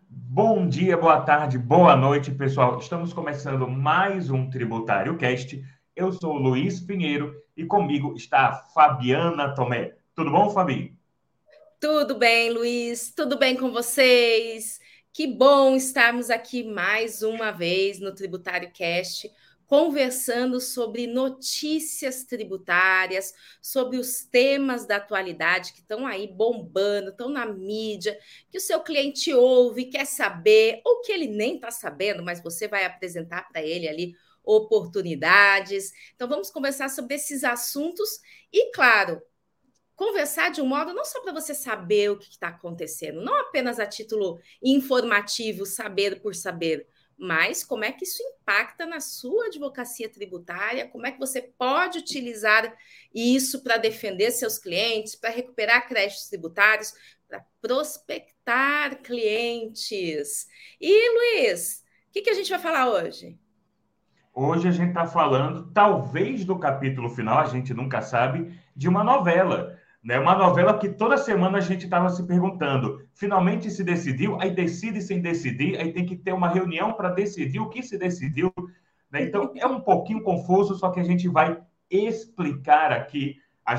Bom dia, boa tarde, boa noite, pessoal. Estamos começando mais um Tributário Cast. Eu sou o Luiz Pinheiro e comigo está a Fabiana Tomé. Tudo bom, Fabi? Tudo bem, Luiz? Tudo bem com vocês? Que bom estarmos aqui mais uma vez no Tributário Cast, conversando sobre notícias tributárias, sobre os temas da atualidade que estão aí bombando, estão na mídia, que o seu cliente ouve, quer saber, ou que ele nem está sabendo, mas você vai apresentar para ele ali oportunidades. Então, vamos conversar sobre esses assuntos e, claro, conversar de um modo não só para você saber o que está acontecendo, não apenas a título informativo, saber por saber, mas como é que isso impacta na sua advocacia tributária, como é que você pode utilizar isso para defender seus clientes, para recuperar créditos tributários, para prospectar clientes. E, Luiz, o que a gente vai falar hoje? Hoje a gente está falando, talvez do capítulo final, a gente nunca sabe, de uma novela. Né? Uma novela que toda semana a gente estava se perguntando, finalmente se decidiu, aí decide sem decidir, aí tem que ter uma reunião para decidir o que se decidiu. Né? Então é um pouquinho confuso, só que a gente vai explicar aqui,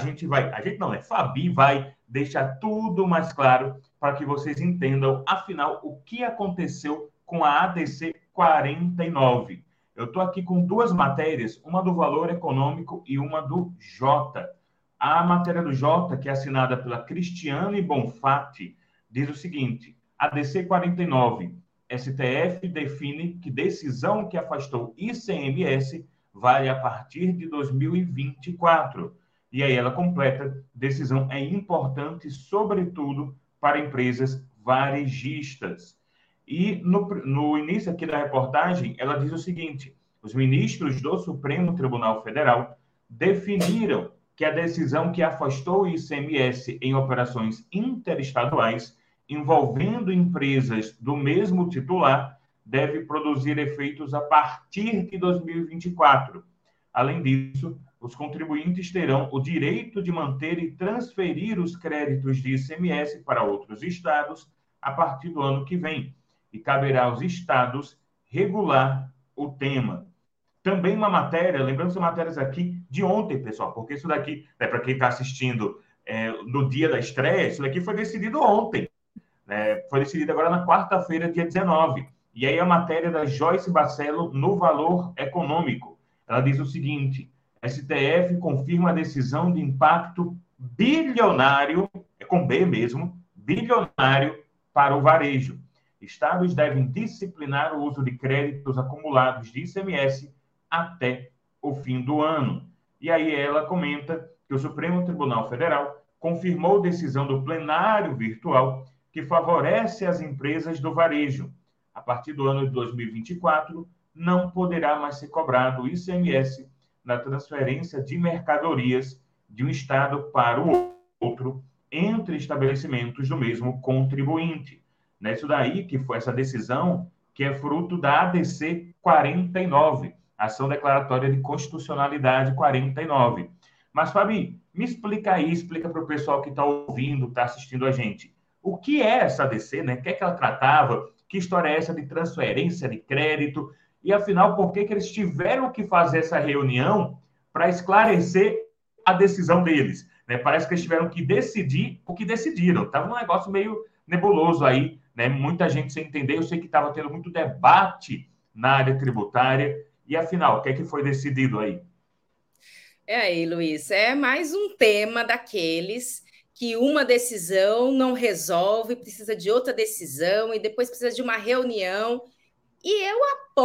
a gente não, né? Fabi vai deixar tudo mais claro para que vocês entendam, afinal, o que aconteceu com a ADC 49. Eu estou aqui com duas matérias, uma do Valor Econômico e uma do Jota. A matéria do Jota, que é assinada pela Cristiane Bonfatti, diz o seguinte: a DC 49, STF define que decisão que afastou ICMS vale a partir de 2024. E aí ela completa: decisão é importante, sobretudo para empresas varejistas. E no início aqui da reportagem, ela diz o seguinte: os ministros do Supremo Tribunal Federal definiram que a decisão que afastou o ICMS em operações interestaduais envolvendo empresas do mesmo titular deve produzir efeitos a partir de 2024. Além disso, os contribuintes terão o direito de manter e transferir os créditos de ICMS para outros estados a partir do ano que vem, e caberá aos estados regular o tema. Também uma matéria, lembrando que são matérias aqui de ontem, pessoal, porque isso daqui, para quem está assistindo no dia da estreia, isso daqui foi decidido ontem, né? Foi decidido agora na quarta-feira, dia 19. E aí a matéria da Joyce Barcelo no Valor Econômico. Ela diz o seguinte: STF confirma a decisão de impacto bilionário, é com B mesmo, bilionário para o varejo. Estados devem disciplinar o uso de créditos acumulados de ICMS até o fim do ano. E aí ela comenta que o Supremo Tribunal Federal confirmou decisão do plenário virtual que favorece as empresas do varejo. A partir do ano de 2024, não poderá mais ser cobrado o ICMS na transferência de mercadorias de um estado para o outro entre estabelecimentos do mesmo contribuinte. Isso daí que foi essa decisão que é fruto da ADC 49, Ação Declaratória de Constitucionalidade 49. Mas, Fabi, me explica aí, explica para o pessoal que está ouvindo, está assistindo a gente. O que é essa ADC, né? O que é que ela tratava? Que história é essa de transferência de crédito? E, afinal, por que eles tiveram que fazer essa reunião para esclarecer a decisão deles? Né? Parece que eles tiveram que decidir o que decidiram. Estava um negócio meio nebuloso aí, né? Muita gente sem entender. Eu sei que estava tendo muito debate na área tributária. E, afinal, o que é que foi decidido aí? É aí, Luiz, é mais um tema daqueles que uma decisão não resolve, precisa de outra decisão e depois precisa de uma reunião. E eu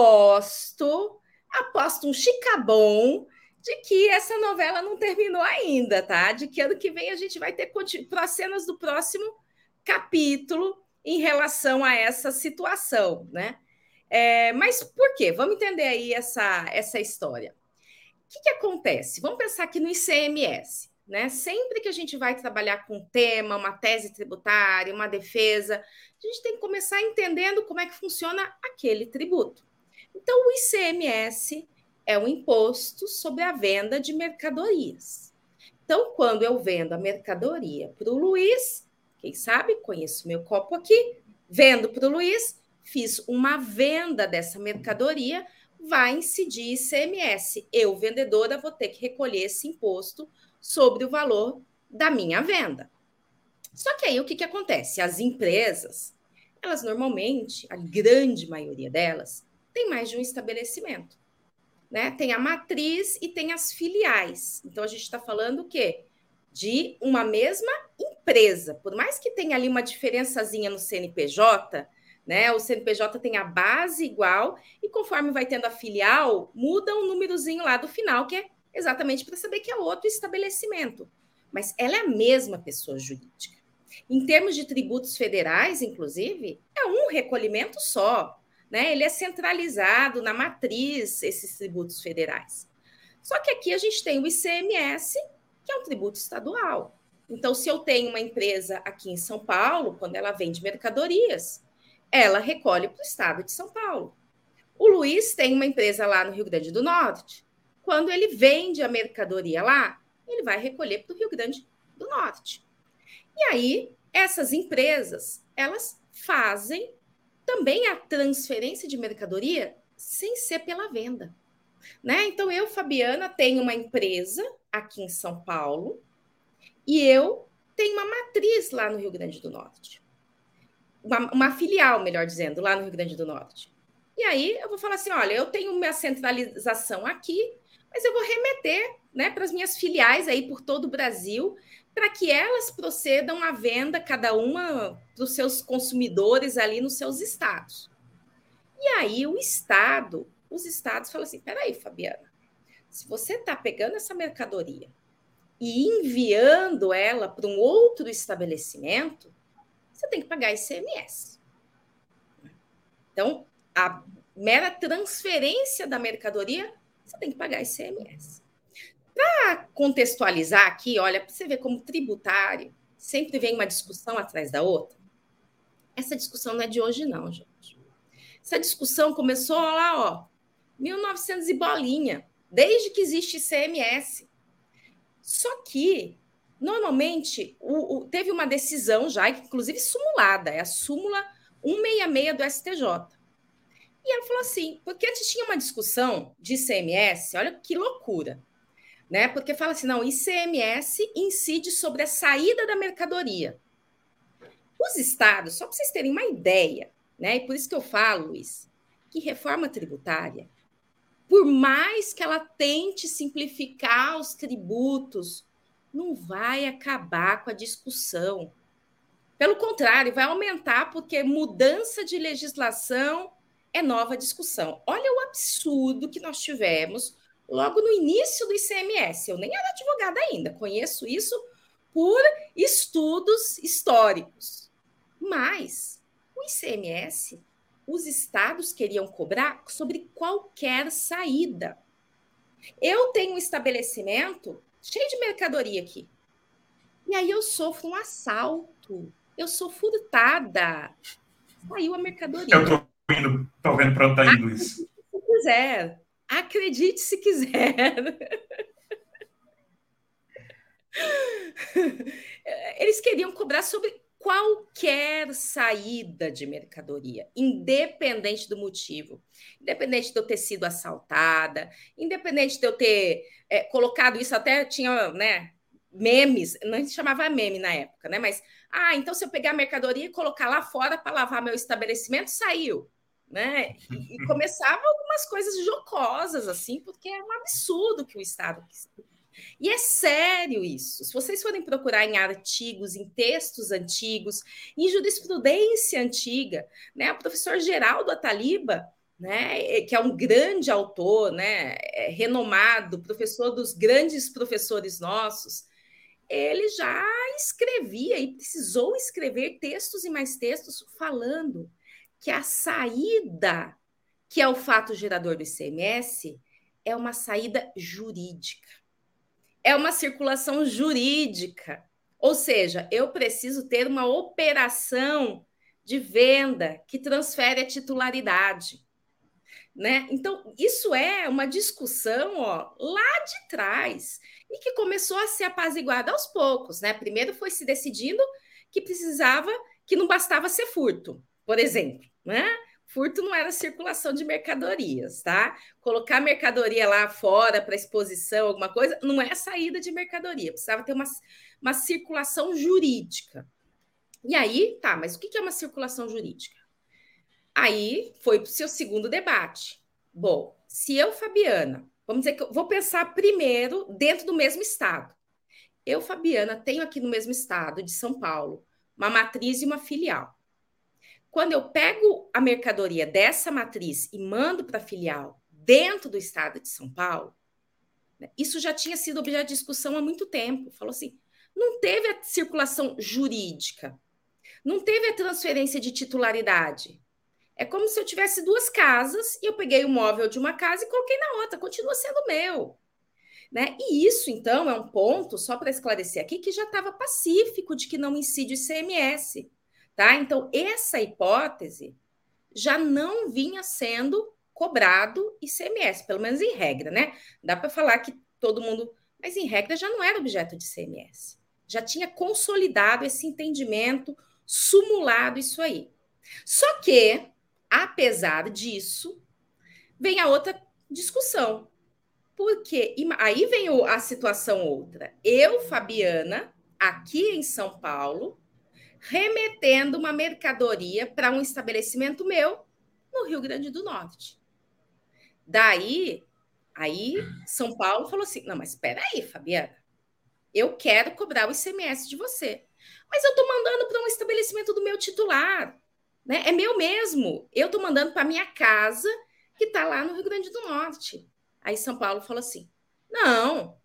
aposto um chicabom de que essa novela não terminou ainda, tá? De que ano que vem a gente vai ter cenas do próximo capítulo em relação a essa situação, né? Mas por quê? Vamos entender aí essa história. O que acontece? Vamos pensar aqui no ICMS. Né? Sempre que a gente vai trabalhar com um tema, uma tese tributária, uma defesa, a gente tem que começar entendendo como é que funciona aquele tributo. Então, o ICMS é um imposto sobre a venda de mercadorias. Então, quando eu vendo a mercadoria para o Luiz, quem sabe, conheço meu copo aqui, Vendo para o Luiz, fiz uma venda dessa mercadoria, vai incidir ICMS. Eu, vendedora, vou ter que recolher esse imposto sobre o valor da minha venda. Só que aí o que acontece? As empresas, elas normalmente, a grande maioria delas, tem mais de um estabelecimento. Né? Tem a matriz e tem as filiais. Então, a gente está falando o quê? De uma mesma empresa. Por mais que tenha ali uma diferençazinha no CNPJ, né? O CNPJ tem a base igual e conforme vai tendo a filial, muda um númerozinho lá do final, que é exatamente para saber que é outro estabelecimento. Mas ela é a mesma pessoa jurídica. Em termos de tributos federais, inclusive, é um recolhimento só. Né? Ele é centralizado na matriz, esses tributos federais. Só que aqui a gente tem o ICMS, que é um tributo estadual. Então, se eu tenho uma empresa aqui em São Paulo, quando ela vende mercadorias, ela recolhe para o estado de São Paulo. O Luiz tem uma empresa lá no Rio Grande do Norte. Quando ele vende a mercadoria lá, ele vai recolher para o Rio Grande do Norte. E aí, essas empresas, elas fazem também a transferência de mercadoria sem ser pela venda. Né? Então, eu, Fabiana, tenho uma empresa aqui em São Paulo e eu tenho uma matriz lá no Rio Grande do Norte. Uma filial, melhor dizendo, lá no Rio Grande do Norte. E aí eu vou falar assim, olha, eu tenho minha centralização aqui, mas eu vou remeter, né, para as minhas filiais aí por todo o Brasil, para que elas procedam à venda, cada uma dos seus consumidores ali nos seus estados. E aí os estados falam assim, peraí, Fabiana, se você está pegando essa mercadoria e enviando ela para um outro estabelecimento, você tem que pagar ICMS. Então, a mera transferência da mercadoria, você tem que pagar ICMS. Para contextualizar aqui, olha, para você ver como tributário sempre vem uma discussão atrás da outra. Essa discussão não é de hoje, não, gente. Essa discussão começou lá, ó, 1900 e bolinha, desde que existe ICMS. Só que, normalmente, teve uma decisão já, inclusive simulada, é a súmula 166 do STJ. E ela falou assim, porque antes tinha uma discussão de ICMS, olha que loucura, né? Porque fala assim, não, ICMS incide sobre a saída da mercadoria. Os estados, só para vocês terem uma ideia, né? E por isso que eu falo, Luiz, que reforma tributária, por mais que ela tente simplificar os tributos, não vai acabar com a discussão. Pelo contrário, vai aumentar, porque mudança de legislação é nova discussão. Olha o absurdo que nós tivemos logo no início do ICMS. Eu nem era advogada ainda, conheço isso por estudos históricos. Mas o ICMS, os estados queriam cobrar sobre qualquer saída. Eu tenho um estabelecimento cheio de mercadoria aqui. E aí eu sofro um assalto. Eu sou furtada. Saiu a mercadoria. Eu tô vendo para onde está indo isso. Se quiser. Acredite se quiser. Eles queriam cobrar sobre qualquer saída de mercadoria, independente do motivo, independente de eu ter sido assaltada, independente de eu ter colocado isso, até tinha, né, memes, não se chamava meme na época, né? Mas, então se eu pegar a mercadoria e colocar lá fora para lavar meu estabelecimento, saiu, né? E começavam algumas coisas jocosas, assim, porque é um absurdo que o Estado quis. E é sério isso. Se vocês forem procurar em artigos, em textos antigos, em jurisprudência antiga, né, o professor Geraldo Ataliba, né, que é um grande autor, né, renomado, professor dos grandes professores nossos, ele já escrevia e precisou escrever textos e mais textos falando que a saída, que é o fato gerador do ICMS, é uma saída jurídica. É uma circulação jurídica. Ou seja, eu preciso ter uma operação de venda que transfere a titularidade. Né? Então, isso é uma discussão lá de trás e que começou a ser apaziguada aos poucos. Né? Primeiro foi se decidindo que precisava, que não bastava ser furto. por exemplo, né? Furto não era circulação de mercadorias, tá? Colocar mercadoria lá fora para exposição, alguma coisa, não é saída de mercadoria. Precisava ter uma circulação jurídica. E aí, tá, mas o que é uma circulação jurídica? Aí foi para o seu segundo debate. Bom, se eu, Fabiana, vamos dizer que eu vou pensar primeiro dentro do mesmo estado. Eu, Fabiana, tenho aqui no mesmo estado de São Paulo uma matriz e uma filial. Quando eu pego a mercadoria dessa matriz e mando para a filial dentro do estado de São Paulo, né, isso já tinha sido objeto de discussão há muito tempo. Falou assim, não teve a circulação jurídica, não teve a transferência de titularidade. É como se eu tivesse duas casas e eu peguei o móvel de uma casa e coloquei na outra, continua sendo meu. Né? E isso, então, é um ponto, só para esclarecer aqui, que já estava pacífico de que não incide o ICMS. Tá? Então, essa hipótese já não vinha sendo cobrado ICMS, pelo menos em regra, né? Dá para falar que todo mundo... Mas, em regra, já não era objeto de ICMS. Já tinha consolidado esse entendimento, sumulado isso aí. Só que, apesar disso, vem a outra discussão. Porque aí vem a situação outra. Eu, Fabiana, aqui em São Paulo, remetendo uma mercadoria para um estabelecimento meu no Rio Grande do Norte. Daí, aí São Paulo falou assim: não, mas espera aí, Fabiana, eu quero cobrar o ICMS de você. Mas eu estou mandando para um estabelecimento do meu titular, né? É meu mesmo. Eu estou mandando para minha casa que está lá no Rio Grande do Norte. Aí São Paulo falou assim: não,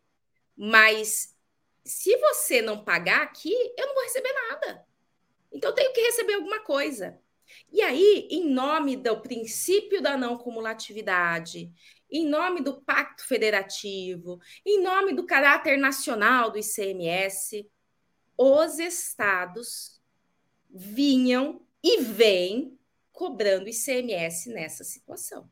mas se você não pagar aqui, eu não vou receber nada. Então eu tenho que receber alguma coisa. E aí, em nome do princípio da não cumulatividade, em nome do pacto federativo, em nome do caráter nacional do ICMS, os estados vinham e vêm cobrando ICMS nessa situação.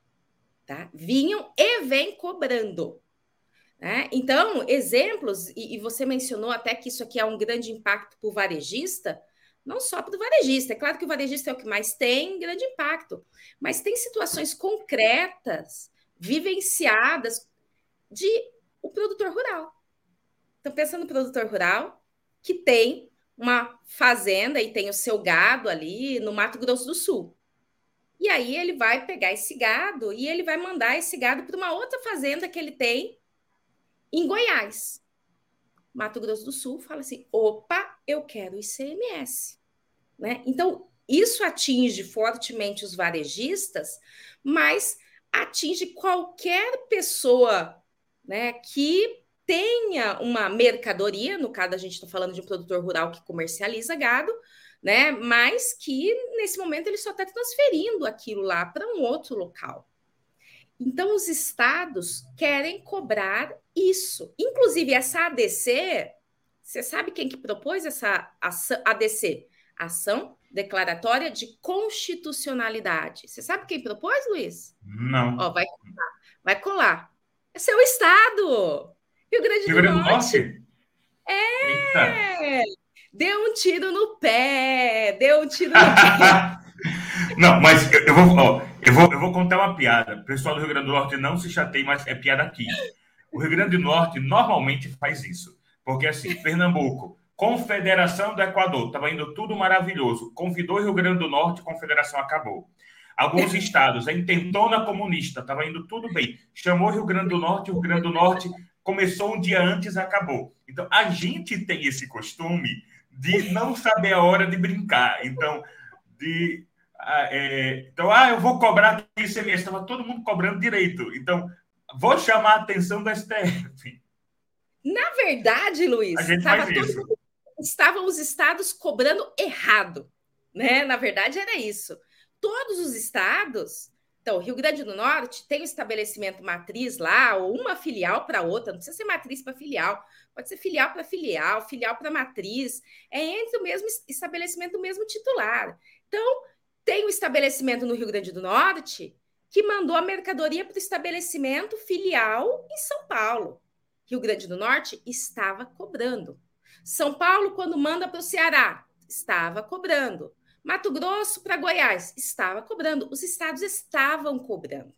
Tá? Vinham e vêm cobrando. Né? Então, exemplos, e você mencionou até que isso aqui é um grande impacto para o varejista, não só para o varejista, é claro que o varejista é o que mais tem grande impacto, mas tem situações concretas, vivenciadas, de o produtor rural. Então, pensando no produtor rural, que tem uma fazenda e tem o seu gado ali no Mato Grosso do Sul. E aí ele vai pegar esse gado e ele vai mandar esse gado para uma outra fazenda que ele tem em Goiás. Mato Grosso do Sul fala assim: opa, eu quero ICMS. Né? Então, isso atinge fortemente os varejistas, mas atinge qualquer pessoa, né, que tenha uma mercadoria, no caso a gente está falando de um produtor rural que comercializa gado, né, mas que nesse momento ele só está transferindo aquilo lá para um outro local. Então, os estados querem cobrar isso. Inclusive, essa ADC, você sabe quem que propôs essa ADC? Ação Declaratória de Constitucionalidade. Você sabe quem propôs, Luiz? Não. Ó, vai colar. É seu estado, Rio Grande Rio do Grande do Norte. Norte? Eita! É! Deu um tiro no pé, deu um tiro no pé. Não, mas eu vou contar uma piada. O pessoal do Rio Grande do Norte não se chateie, mas é piada aqui. O Rio Grande do Norte normalmente faz isso. Porque, assim, Pernambuco, Confederação do Equador, estava indo tudo maravilhoso. Convidou o Rio Grande do Norte, Confederação acabou. Alguns estados, a intentona comunista, estava indo tudo bem. Chamou o Rio Grande do Norte, o Rio Grande do Norte começou um dia antes, acabou. Então, a gente tem esse costume de não saber a hora de brincar. Então, eu vou cobrar aqui ICMS. Estava todo mundo cobrando direito. Então, vou chamar a atenção do STF. Na verdade, A Luiz, gente faz isso. estavam os estados cobrando errado, né? Na verdade, era isso. Todos os estados, então, o Rio Grande do Norte tem um estabelecimento matriz lá, ou uma filial para outra, não precisa ser matriz para filial, pode ser filial para filial para matriz, é entre o mesmo estabelecimento, o mesmo titular. Então, tem um estabelecimento no Rio Grande do Norte que mandou a mercadoria para o estabelecimento filial em São Paulo. Rio Grande do Norte estava cobrando. São Paulo, quando manda para o Ceará, estava cobrando. Mato Grosso para Goiás, estava cobrando. Os estados estavam cobrando.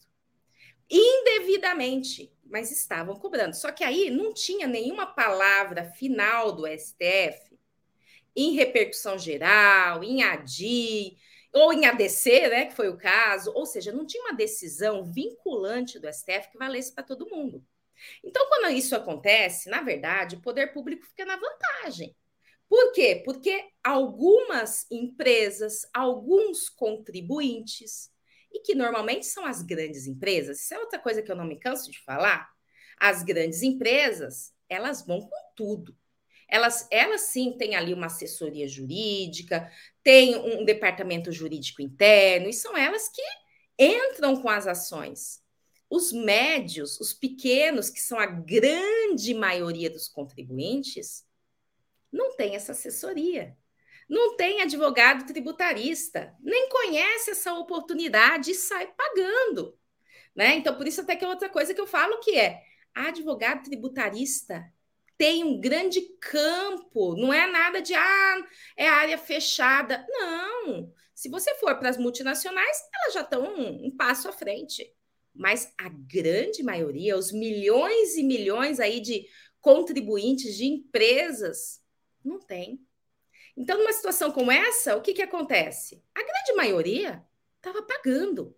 Indevidamente, mas estavam cobrando. Só que aí não tinha nenhuma palavra final do STF em repercussão geral, em ADI, ou em ADC, né, que foi o caso. Ou seja, não tinha uma decisão vinculante do STF que valesse para todo mundo. Então, quando isso acontece, na verdade, o poder público fica na vantagem. Por quê? Porque algumas empresas, alguns contribuintes, e que normalmente são as grandes empresas, isso é outra coisa que eu não me canso de falar, as grandes empresas, elas vão com tudo. Elas sim têm ali uma assessoria jurídica, tem um departamento jurídico interno, e são elas que entram com as ações. Os médios, os pequenos, que são a grande maioria dos contribuintes, não tem essa assessoria, não tem advogado tributarista, nem conhece essa oportunidade e sai pagando, né? Então, por isso até que é outra coisa que eu falo que é advogado tributarista tem um grande campo, não é nada de é área fechada. Não. Se você for para as multinacionais, elas já estão um passo à frente. Mas a grande maioria, os milhões e milhões aí de contribuintes de empresas, não tem. Então, numa situação como essa, o que acontece? A grande maioria estava pagando.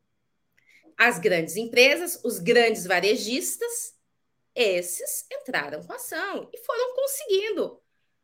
As grandes empresas, os grandes varejistas, esses entraram com ação e foram conseguindo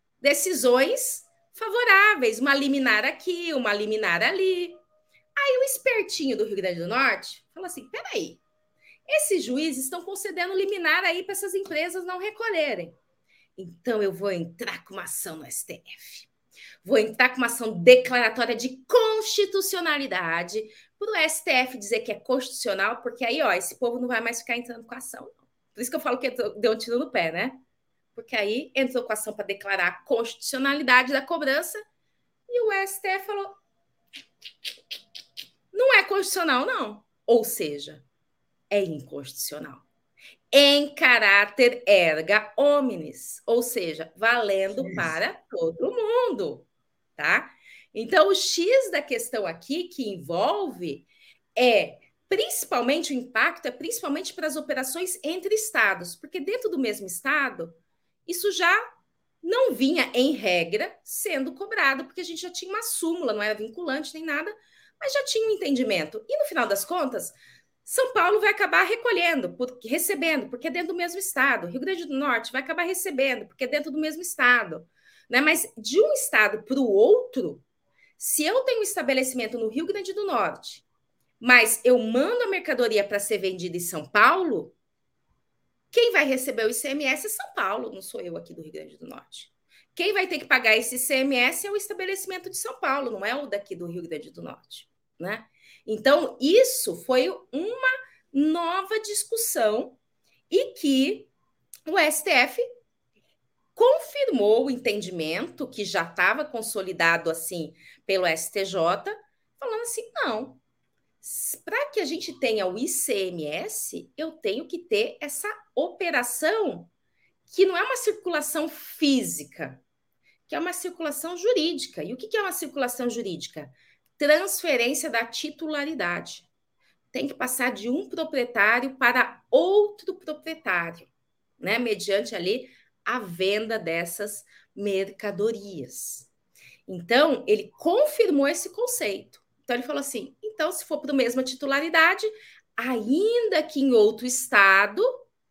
decisões favoráveis, uma liminar aqui, uma liminar ali. Aí o espertinho do Rio Grande do Norte falou assim: peraí, esses juízes estão concedendo liminar aí para essas empresas não recolherem. Então eu vou entrar com uma ação no STF. Vou entrar com uma ação declaratória de constitucionalidade para o STF dizer que é constitucional, porque aí, ó, esse povo não vai mais ficar entrando com a ação. Por isso que eu falo que deu um tiro no pé, né? Porque aí entrou com a ação para declarar a constitucionalidade da cobrança e o STF falou: não é constitucional, não. Ou seja, é inconstitucional. Em caráter erga omnes, ou seja, valendo para todo mundo, tá? Então, o X da questão aqui que envolve principalmente o impacto é principalmente para as operações entre estados, porque dentro do mesmo estado, isso já não vinha em regra sendo cobrado, porque a gente já tinha uma súmula, não era vinculante nem nada, mas já tinha um entendimento. E no final das contas, São Paulo vai acabar recebendo, porque é dentro do mesmo estado. Rio Grande do Norte vai acabar recebendo, porque é dentro do mesmo estado. Né? Mas de um estado para o outro, se eu tenho um estabelecimento no Rio Grande do Norte, mas eu mando a mercadoria para ser vendida em São Paulo, quem vai receber o ICMS é São Paulo, não sou eu aqui do Rio Grande do Norte. Quem vai ter que pagar esse ICMS é o estabelecimento de São Paulo, não é o daqui do Rio Grande do Norte. Né? Então, isso foi uma nova discussão e que o STF confirmou o entendimento que já estava consolidado assim pelo STJ, falando assim, não, para que a gente tenha o ICMS, eu tenho que ter essa operação que não é uma circulação física, que é uma circulação jurídica. E o que é uma circulação jurídica? Transferência da titularidade. Tem que passar de um proprietário para outro proprietário, né? Mediante ali a venda dessas mercadorias. Então, ele confirmou esse conceito. Então, ele falou assim: então, se for para a mesma titularidade, ainda que em outro estado,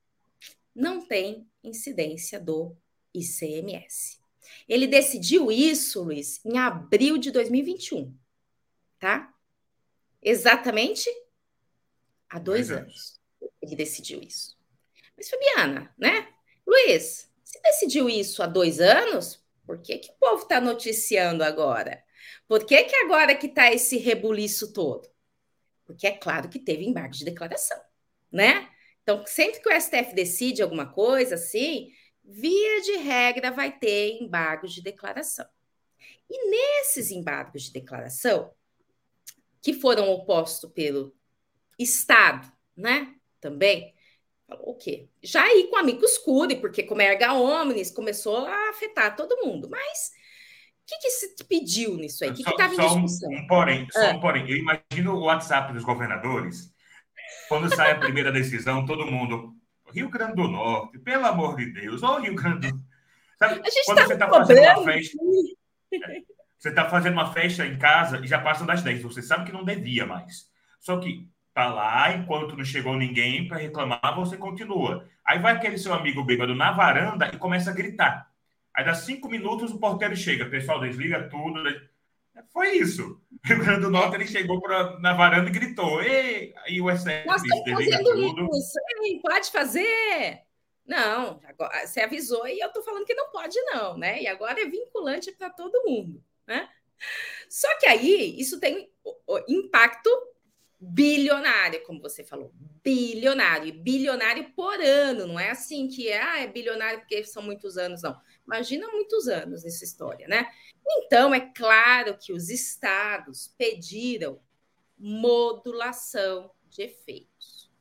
não tem incidência do ICMS. Ele decidiu isso, Luiz, em abril de 2021, tá? Exatamente há 2 anos. Ele decidiu isso. Mas, Fabiana, né? Luiz, se decidiu isso há 2 anos, por que o povo está noticiando agora? Por que agora que está esse rebuliço todo? Porque é claro que teve embargo de declaração, né? Então, sempre que o STF decide alguma coisa assim, via de regra vai ter embargos de declaração. E nesses embargos de declaração, que foram opostos pelo Estado, né? Também, o quê? Já aí com amicus curiae, porque como erga omnes, começou a afetar todo mundo. Mas que se pediu nisso aí? O que Só, estava em só discussão? só um porém. Eu imagino o WhatsApp dos governadores, quando sai a primeira decisão, todo mundo, Rio Grande do Norte, pelo amor de Deus, ou Rio Grande do... Sabe, A gente quando estava você está fazendo uma cobrando. festa, você está fazendo uma festa em casa e já passam das 10. Você sabe que não devia mais. Só que tá lá, enquanto não chegou ninguém para reclamar, você continua. Aí vai aquele seu amigo bêbado na varanda e começa a gritar. Aí dá 5 minutos, o porteiro chega. Pessoal, desliga tudo. Foi isso. Rio Grande do Norte, ele chegou na varanda e gritou. Ei! Aí o Nós STF disse, estamos desliga fazendo tudo. isso, hein? Pode fazer? Não, agora, você avisou e eu estou falando que não pode, não, né? E agora é vinculante para todo mundo, né? Só que aí isso tem impacto bilionário, como você falou, bilionário, bilionário por ano, não é assim que é bilionário porque são muitos anos, não. Imagina muitos anos nessa história, né? Então, é claro que os estados pediram modulação de efeitos.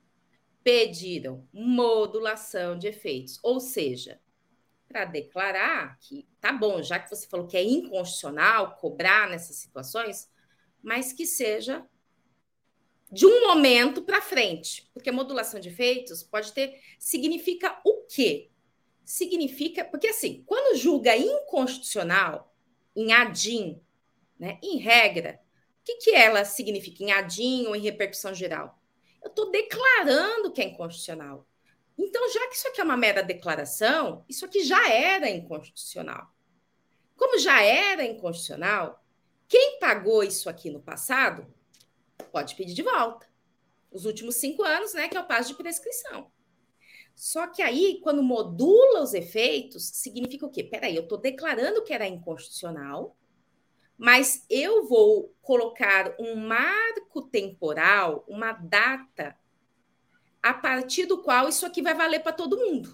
Pediram modulação de efeitos, ou seja, para declarar que tá bom, já que você falou que é inconstitucional cobrar nessas situações, mas que seja de um momento para frente, porque modulação de efeitos pode ter significa o quê? Significa porque assim, quando julga inconstitucional em ADIM, né, em regra, o que ela significa em ADIM ou em repercussão geral? Eu estou declarando que é inconstitucional. Então, já que isso aqui é uma mera declaração, isso aqui já era inconstitucional. Como já era inconstitucional, quem pagou isso aqui no passado pode pedir de volta. Os últimos 5 anos, né, que é o prazo de prescrição. Só que aí, quando modula os efeitos, significa o quê? Peraí, eu estou declarando que era inconstitucional, mas eu vou colocar um marco temporal, uma data, a partir do qual isso aqui vai valer para todo mundo.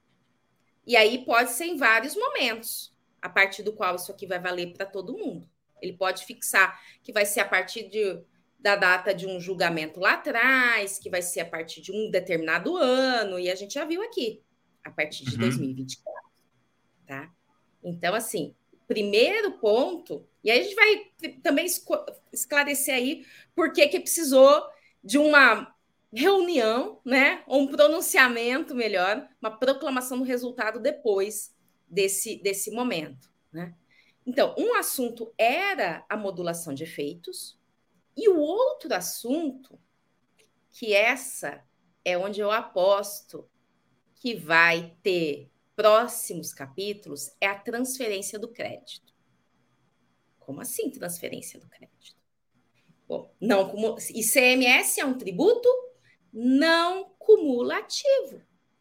E aí pode ser em vários momentos, a partir do qual isso aqui vai valer para todo mundo. Ele pode fixar que vai ser a partir da data de um julgamento lá atrás, que vai ser a partir de um determinado ano, e a gente já viu aqui, a partir de 2024, tá? Então, assim, primeiro ponto, e aí a gente vai também esclarecer aí por que precisou de uma reunião, né, ou um pronunciamento melhor, uma proclamação do resultado depois desse momento, né? Então, um assunto era a modulação de efeitos, e o outro assunto, que essa é onde eu aposto que vai ter próximos capítulos, é a transferência do crédito. Como assim transferência do crédito? Bom, não como ICMS é um tributo não cumulativo.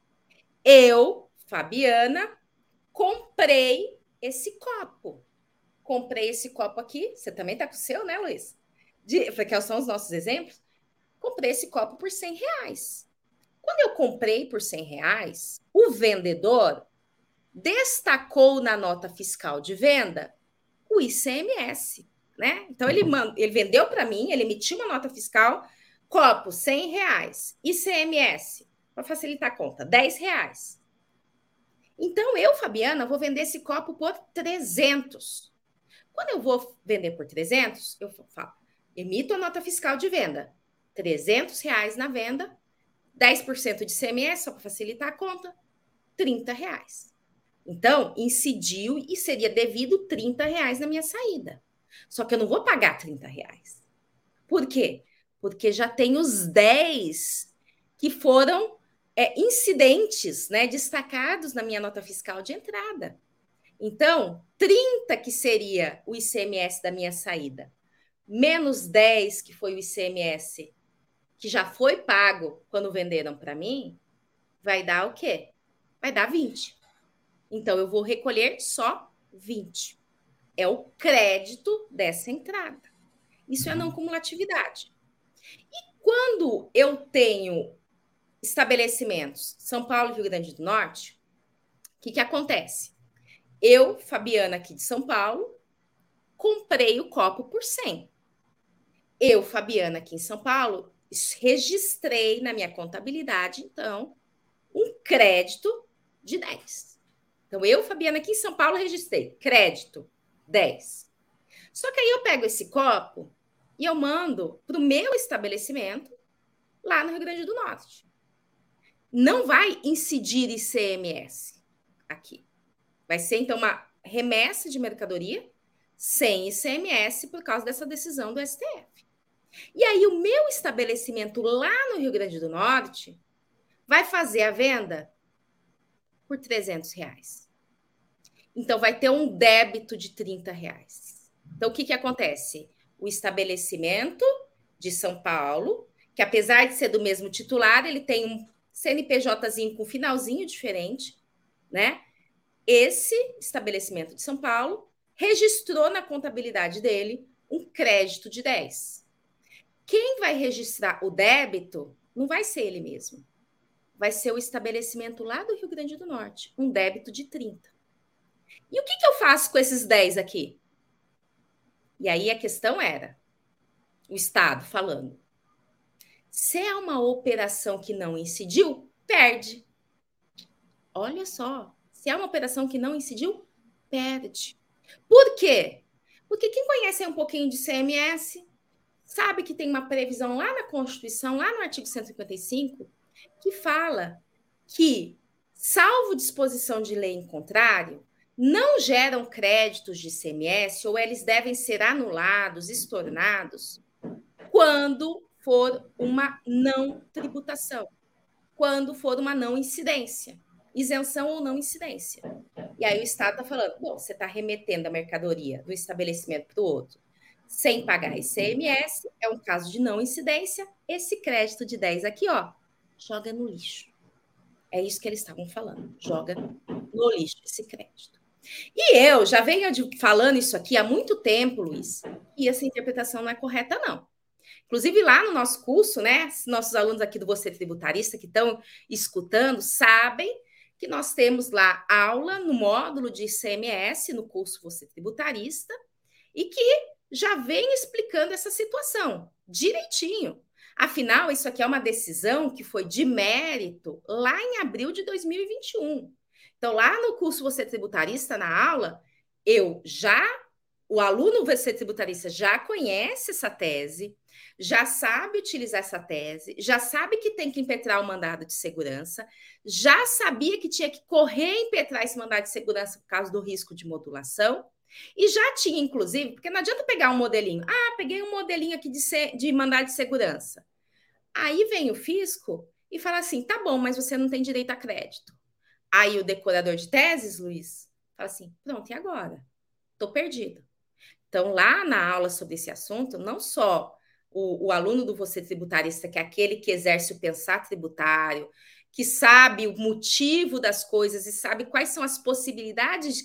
Eu, Fabiana, comprei esse copo. Comprei esse copo aqui. Você também está com o seu, né, Luiz? Porque são os nossos exemplos. Comprei esse copo por R$100. Quando eu comprei por R$100, o vendedor destacou na nota fiscal de venda o ICMS, né? Então ele vendeu para mim, ele emitiu uma nota fiscal, copo R$100, ICMS, para facilitar a conta, R$10. Então eu, Fabiana, vou vender esse copo por 300. Quando eu vou vender por 300, eu falo, emito a nota fiscal de venda, R$300 na venda, 10% de ICMS, só para facilitar a conta, R$30. Então, incidiu e seria devido R$30 na minha saída. Só que eu não vou pagar R$30. Por quê? Porque já tem os 10 que foram incidentes, né, destacados na minha nota fiscal de entrada. Então, 30 que seria o ICMS da minha saída, menos 10 que foi o ICMS que já foi pago quando venderam para mim, vai dar o quê? Vai dar 20. Então, eu vou recolher só 20. É o crédito dessa entrada. Isso é não cumulatividade. E quando eu tenho estabelecimentos São Paulo e Rio Grande do Norte, o que acontece? Eu, Fabiana, aqui de São Paulo, comprei o copo por 100. Eu, Fabiana, aqui em São Paulo, registrei na minha contabilidade, então, um crédito de 10. Então, eu, Fabiana, aqui em São Paulo, registrei crédito 10. Só que aí eu pego esse copo e eu mando para o meu estabelecimento lá no Rio Grande do Norte. Não vai incidir ICMS aqui. Vai ser, então, uma remessa de mercadoria sem ICMS por causa dessa decisão do STF. E aí o meu estabelecimento lá no Rio Grande do Norte vai fazer a venda por R$300. Então, vai ter um débito de R$30. Então, o que acontece? O estabelecimento de São Paulo, que apesar de ser do mesmo titular, ele tem um CNPJzinho com finalzinho diferente, né? Esse estabelecimento de São Paulo registrou na contabilidade dele um crédito de 10. Quem vai registrar o débito não vai ser ele mesmo. Vai ser o estabelecimento lá do Rio Grande do Norte, um débito de 30. E o que eu faço com esses 10 aqui? E aí a questão era, o Estado falando, se é uma operação que não incidiu, perde. Olha só, se é uma operação que não incidiu, perde. Por quê? Porque quem conhece um pouquinho de CMS sabe que tem uma previsão lá na Constituição, lá no artigo 155, que fala que, salvo disposição de lei em contrário, não geram créditos de ICMS ou eles devem ser anulados, estornados, quando for uma não tributação, quando for uma não incidência, isenção ou não incidência. E aí o Estado está falando, bom, você está remetendo a mercadoria do estabelecimento para o outro sem pagar ICMS, é um caso de não incidência, esse crédito de 10 aqui, ó, joga no lixo. É isso que eles estavam falando, joga no lixo esse crédito. E eu já venho falando isso aqui há muito tempo, Luiz, e essa interpretação não é correta, não. Inclusive, lá no nosso curso, né, nossos alunos aqui do Você Tributarista que estão escutando sabem que nós temos lá aula no módulo de ICMS, no curso Você Tributarista, e que já vem explicando essa situação direitinho. Afinal, isso aqui é uma decisão que foi de mérito lá em abril de 2021. Então, lá no curso Você Tributarista, na aula, o aluno Você Tributarista já conhece essa tese, já sabe utilizar essa tese, já sabe que tem que impetrar o mandado de segurança, já sabia que tinha que correr e impetrar esse mandado de segurança por causa do risco de modulação, e já tinha, inclusive, porque não adianta pegar um modelinho. Ah, peguei um modelinho aqui de mandado de segurança. Aí vem o fisco e fala assim, tá bom, mas você não tem direito a crédito. Aí o decorador de teses, Luiz, fala assim, pronto, e agora? Tô perdido. Então, lá na aula sobre esse assunto, não só o aluno do Você Tributarista, que é aquele que exerce o pensar tributário, que sabe o motivo das coisas e sabe quais são as possibilidades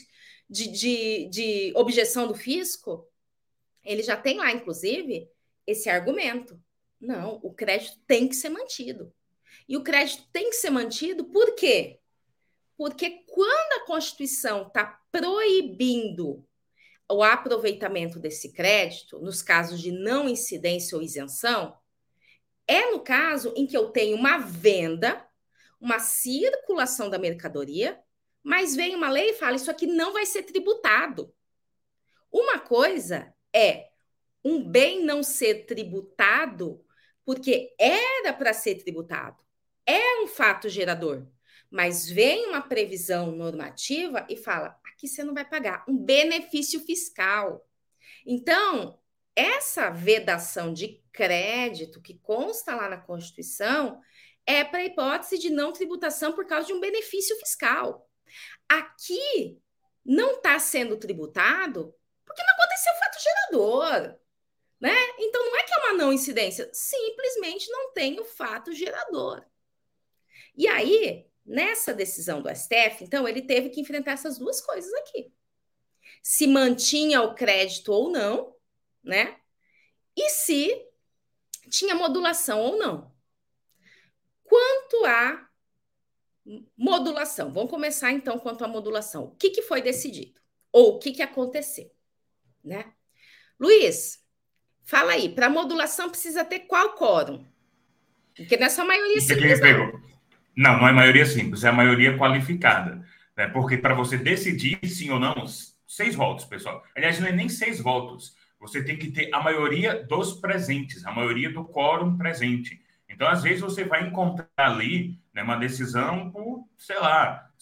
de objeção do fisco, ele já tem lá, inclusive, esse argumento. Não, o crédito tem que ser mantido. E o crédito tem que ser mantido por quê? Porque quando a Constituição está proibindo o aproveitamento desse crédito, nos casos de não incidência ou isenção, é no caso em que eu tenho uma venda, uma circulação da mercadoria, mas vem uma lei e fala, isso aqui não vai ser tributado. Uma coisa é um bem não ser tributado porque era para ser tributado. É um fato gerador. Mas vem uma previsão normativa e fala, aqui você não vai pagar um benefício fiscal. Então, essa vedação de crédito que consta lá na Constituição é para a hipótese de não tributação por causa de um benefício fiscal. Aqui não está sendo tributado porque não aconteceu fato gerador, né? Então não é que é uma não incidência, simplesmente não tem o fato gerador. E aí, nessa decisão do STF, então, ele teve que enfrentar essas duas coisas aqui. Se mantinha o crédito ou não, né? E se tinha modulação ou não. Quanto à modulação, vamos começar então quanto à modulação. O que foi decidido? Ou o que aconteceu, né? Luiz, fala aí, para modulação precisa ter qual quórum? Porque não é só maioria simples, não. Não é maioria simples, é a maioria qualificada. Né? Porque para você decidir sim ou não, 6 votos, pessoal. Aliás, não é nem 6 votos. Você tem que ter a maioria dos presentes, a maioria do quórum presente. Então, às vezes, você vai encontrar ali, né, uma decisão por, sei lá,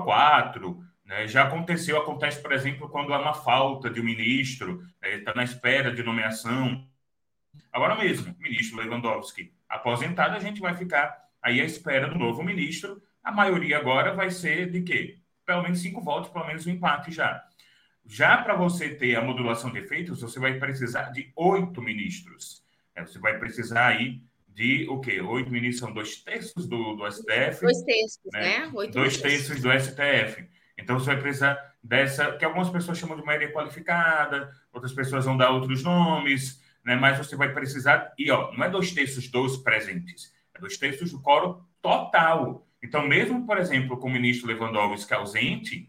5-4. Né? Já acontece, por exemplo, quando há uma falta de um ministro, está na espera de nomeação. Agora mesmo, ministro Lewandowski aposentado, a gente vai ficar aí à espera do novo ministro. A maioria agora vai ser de quê? Pelo menos 5 votos, pelo menos um empate já. Já para você ter a modulação de efeitos, você vai precisar de 8 ministros. Você vai precisar aí de o quê? 8 ministros são 2/3 do STF. 2/3, né? 8 2/3 do STF. Então você vai precisar dessa, que algumas pessoas chamam de maioria qualificada, outras pessoas vão dar outros nomes, né? Mas você vai precisar, e ó, não é 2/3 dos presentes, é 2/3 do quórum total. Então, mesmo, por exemplo, com o ministro Lewandowski ausente,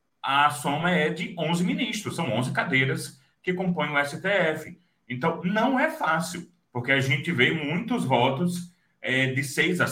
a soma é de 11 ministros, são 11 cadeiras que compõem o STF. Então, não é fácil, porque a gente vê muitos votos de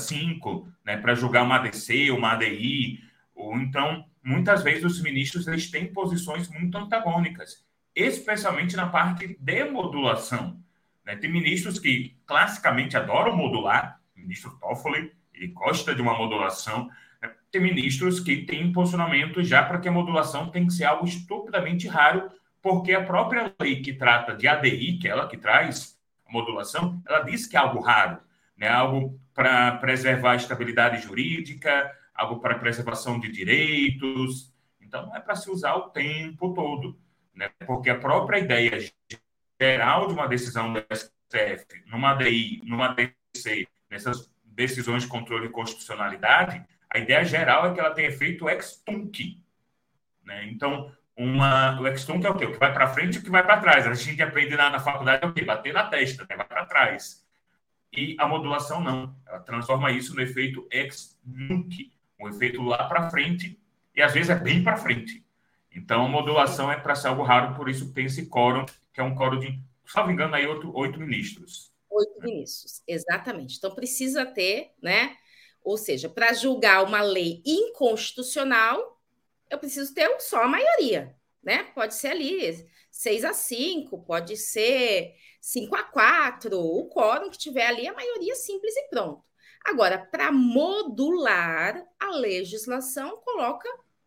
6-5, né, para julgar uma ADC, uma ADI, ou então, muitas vezes, os ministros eles têm posições muito antagônicas, especialmente na parte de modulação. Né? Tem ministros que classicamente adoram modular, o ministro Toffoli, ele gosta de uma modulação. Tem ministros que têm posicionamento já para que a modulação tem que ser algo estupidamente raro, porque a própria lei que trata de ADI, que é ela que traz a modulação, ela diz que é algo raro, né? Algo para preservar a estabilidade jurídica, algo para preservação de direitos. Então, não é para se usar o tempo todo, né? Porque a própria ideia geral de uma decisão do STF, numa ADI, numa ADC, nessas decisões de controle de constitucionalidade, a ideia geral é que ela tem efeito ex-tunc. Né? Então, o ex-tunc é o quê? O que vai para frente e o que vai para trás. A gente aprende na faculdade é o quê? Bater na testa, né? Vai para trás. E a modulação não. Ela transforma isso no efeito ex-nunc, um efeito lá para frente, e às vezes é bem para frente. Então, a modulação é para ser algo raro, por isso tem esse quórum, que é um quórum de, salvo engano, aí 8 ministros. 8 ministros, exatamente. Então, precisa ter, né? Ou seja, para julgar uma lei inconstitucional, eu preciso ter só a maioria, né? Pode ser ali 6-5, pode ser 5-4, o quórum que tiver ali, a maioria simples e pronto. Agora, para modular, a legislação coloca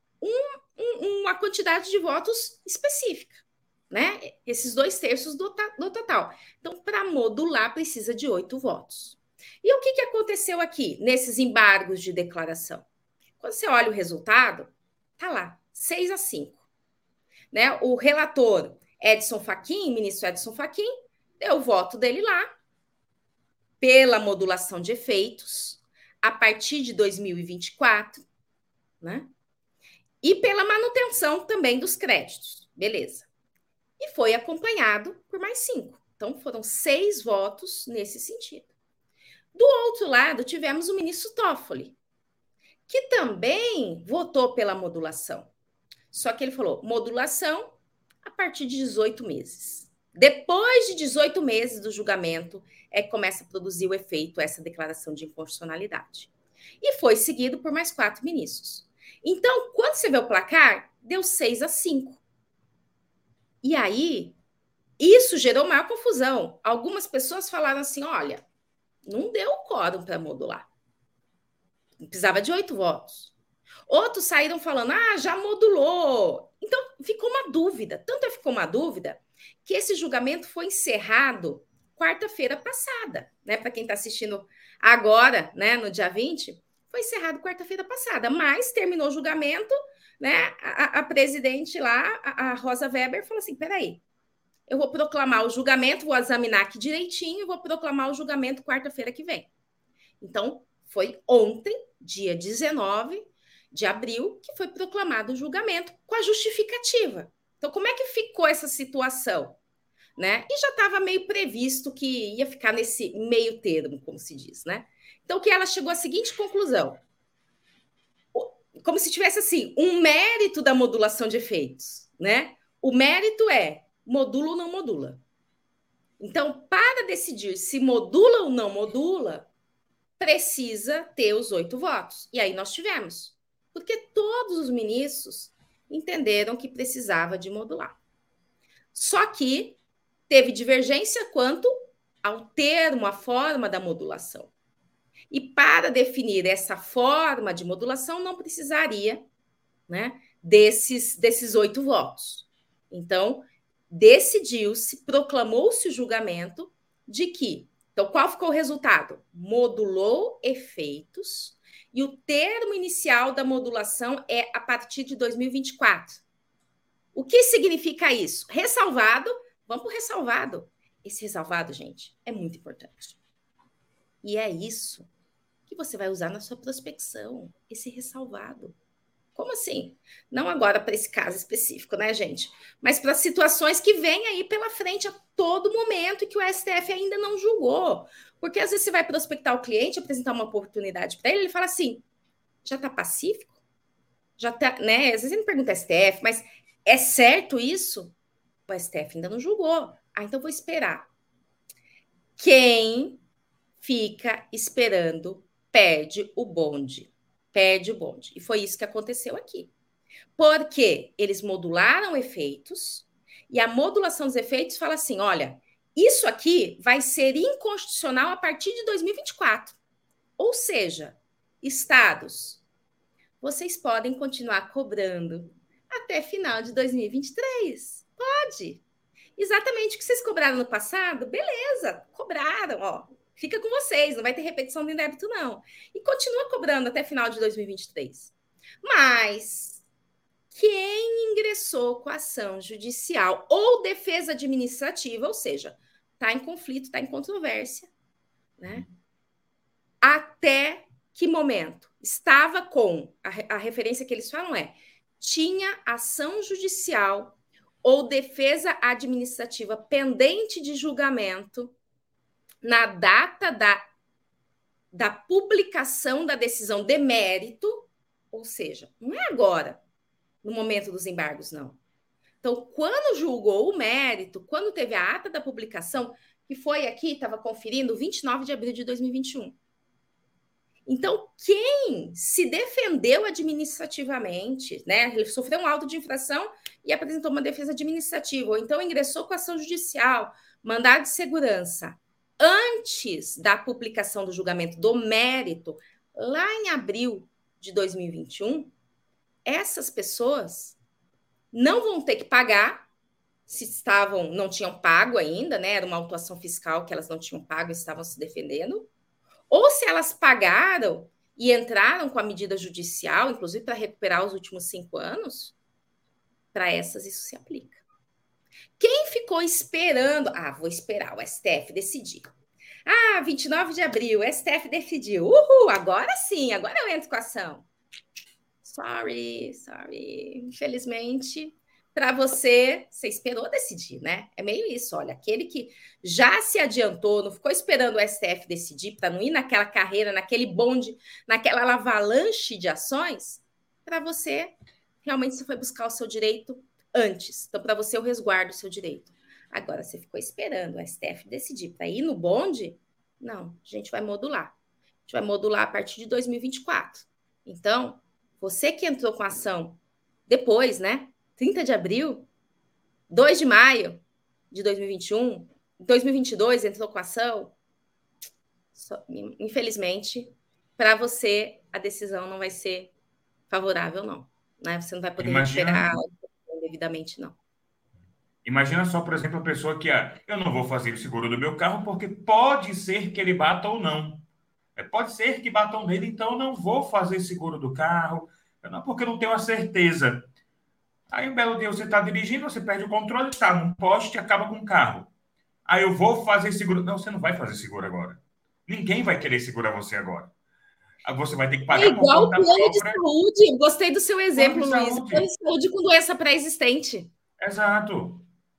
uma quantidade de votos específica, né? Esses 2/3 do total. Então, para modular, precisa de 8 votos. E o que aconteceu aqui, nesses embargos de declaração? Quando você olha o resultado, tá lá, 6-5. Né? O relator Edson Fachin, ministro Edson Fachin, deu o voto dele lá, pela modulação de efeitos, a partir de 2024, né? E pela manutenção também dos créditos. Beleza. E foi acompanhado por mais 5. Então, foram 6 votos nesse sentido. Do outro lado, tivemos o ministro Toffoli, que também votou pela modulação. Só que ele falou modulação a partir de 18 meses. Depois de 18 meses do julgamento, é que começa a produzir o efeito, essa declaração de inconstitucionalidade. E foi seguido por mais 4 ministros. Então, quando você vê o placar, deu 6-5. E aí, isso gerou maior confusão. Algumas pessoas falaram assim, olha, não deu quórum para modular. Precisava de 8 votos. Outros saíram falando, já modulou. Então, ficou uma dúvida. Tanto ficou uma dúvida que esse julgamento foi encerrado quarta-feira passada, né? Para quem está assistindo agora, né, no dia 20, foi encerrado quarta-feira passada, mas terminou o julgamento, né? A presidente lá, a Rosa Weber, falou assim: peraí, eu vou proclamar o julgamento, vou examinar aqui direitinho e vou proclamar o julgamento quarta-feira que vem. Então, foi ontem, dia 19 de abril, que foi proclamado o julgamento com a justificativa. Então, como é que ficou essa situação? Né? E já estava meio previsto que ia ficar nesse meio termo, como se diz, né? Então, que ela chegou à seguinte conclusão, como se tivesse assim, um mérito da modulação de efeitos, né? O mérito é modula ou não modula. Então, para decidir se modula ou não modula, precisa ter os 8 votos. E aí nós tivemos. Porque todos os ministros entenderam que precisava de modular. Só que teve divergência quanto ao termo, a forma da modulação. E para definir essa forma de modulação, não precisaria, né, desses 8 votos. Então, decidiu-se, proclamou-se o julgamento de que, então, qual ficou o resultado? Modulou efeitos e o termo inicial da modulação é a partir de 2024. O que significa isso? Ressalvado, vamos para o ressalvado. Esse ressalvado, gente, é muito importante. E é isso que você vai usar na sua prospecção, esse ressalvado. Como assim? Não agora para esse caso específico, né, gente? Mas para situações que vêm aí pela frente a todo momento e que o STF ainda não julgou. Porque às vezes você vai prospectar o cliente, apresentar uma oportunidade para ele, ele fala assim, já está pacífico? Já está, né? Às vezes ele não pergunta STF, mas é certo isso? O STF ainda não julgou. Ah, então vou esperar. Quem fica esperando perde o bonde. Perde o bonde. E foi isso que aconteceu aqui. Porque eles modularam efeitos e a modulação dos efeitos fala assim, olha, isso aqui vai ser inconstitucional a partir de 2024. Ou seja, estados, vocês podem continuar cobrando até final de 2023. Pode. Exatamente o que vocês cobraram no passado, beleza, cobraram, ó. Fica com vocês, não vai ter repetição de débito, não. E continua cobrando até final de 2023. Mas quem ingressou com ação judicial ou defesa administrativa, ou seja, está em conflito, está em controvérsia, né? Até que momento? Estava com, a referência que eles falam é, tinha ação judicial ou defesa administrativa pendente de julgamento na data da publicação da decisão de mérito, ou seja, não é agora, no momento dos embargos, não. Então, quando julgou o mérito, quando teve a ata da publicação, que foi aqui, estava conferindo, 29 de abril de 2021. Então, quem se defendeu administrativamente, né? Ele sofreu um auto de infração e apresentou uma defesa administrativa, ou então ingressou com ação judicial, mandado de segurança, antes da publicação do julgamento do mérito, lá em abril de 2021, essas pessoas não vão ter que pagar, se não tinham pago ainda, né? Era uma autuação fiscal que elas não tinham pago e estavam se defendendo, ou se elas pagaram e entraram com a medida judicial, inclusive para recuperar os últimos 5 anos, para essas isso se aplica. Quem ficou esperando? Ah, vou esperar o STF decidir. Ah, 29 de abril, o STF decidiu. Uhul, agora sim, agora eu entro com a ação. Sorry. Infelizmente, para você esperou decidir, né? É meio isso, olha, aquele que já se adiantou, não ficou esperando o STF decidir para não ir naquela carreira, naquele bonde, naquela avalanche de ações, para você, realmente você foi buscar o seu direito antes. Então, para você, eu resguardo o seu direito. Agora, você ficou esperando o STF decidir para ir no bonde? Não, a gente vai modular. A gente vai modular a partir de 2024. Então, você que entrou com a ação depois, né? 30 de abril, 2 de maio de 2021, 2022 entrou com a ação. Infelizmente, para você, a decisão não vai ser favorável, não. Né? Você não vai poder recuperar devidamente, não. Imagina só, por exemplo, a pessoa que eu não vou fazer o seguro do meu carro porque pode ser que ele bata ou não. Pode ser que batam nele, então eu não vou fazer seguro do carro, porque eu não tenho a certeza. Aí um belo dia você está dirigindo, você perde o controle, está num poste e acaba com o carro. Aí eu vou fazer seguro. Não, você não vai fazer seguro agora. Ninguém vai querer segurar você agora. Aí você vai ter que pagar por conta própria. Plano de saúde. Gostei do seu exemplo, Luiz. Plano de saúde com doença pré-existente. Exato.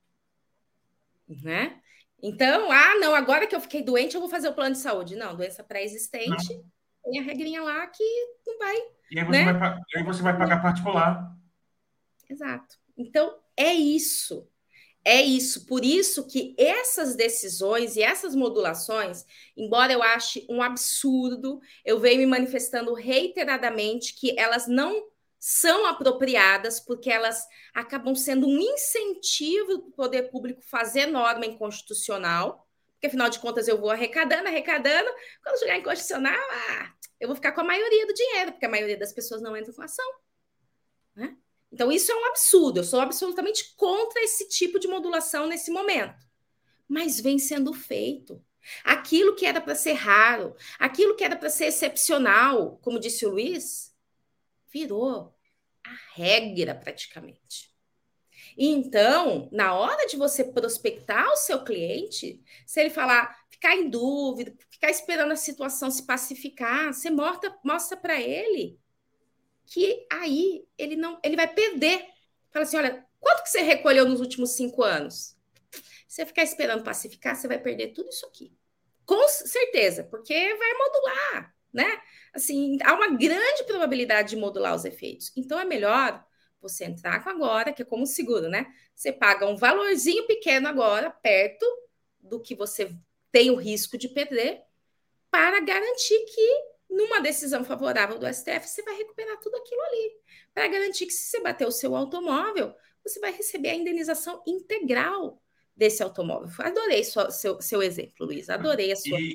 Né? Então, não, agora que eu fiquei doente, eu vou fazer o plano de saúde. Não, doença pré-existente, tem a regrinha lá que não vai. E aí você vai pagar particular. Exato. Então, é isso. É isso. Por isso que essas decisões e essas modulações, embora eu ache um absurdo, eu venho me manifestando reiteradamente que elas não são apropriadas porque elas acabam sendo um incentivo do poder público fazer norma inconstitucional, porque afinal de contas eu vou arrecadando, quando chegar em constitucional, eu vou ficar com a maioria do dinheiro, porque a maioria das pessoas não entra com ação, né? Então isso é um absurdo, eu sou absolutamente contra esse tipo de modulação nesse momento, mas vem sendo feito. Aquilo que era para ser raro, aquilo que era para ser excepcional, como disse o Luiz, virou a regra praticamente. Então, na hora de você prospectar o seu cliente, se ele falar, ficar em dúvida, ficar esperando a situação se pacificar, você mostra para ele que aí ele vai perder. Fala assim, olha, quanto que você recolheu nos últimos 5 anos? Se você ficar esperando pacificar, você vai perder tudo isso aqui. Com certeza, porque vai modular, né? Assim, há uma grande probabilidade de modular os efeitos. Então, é melhor você entrar com agora, que é como seguro, né? Você paga um valorzinho pequeno agora, perto do que você tem o risco de perder, para garantir que, numa decisão favorável do STF, você vai recuperar tudo aquilo ali. Para garantir que, se você bater o seu automóvel, você vai receber a indenização integral desse automóvel. Adorei seu exemplo, Luiz. Adorei a sua.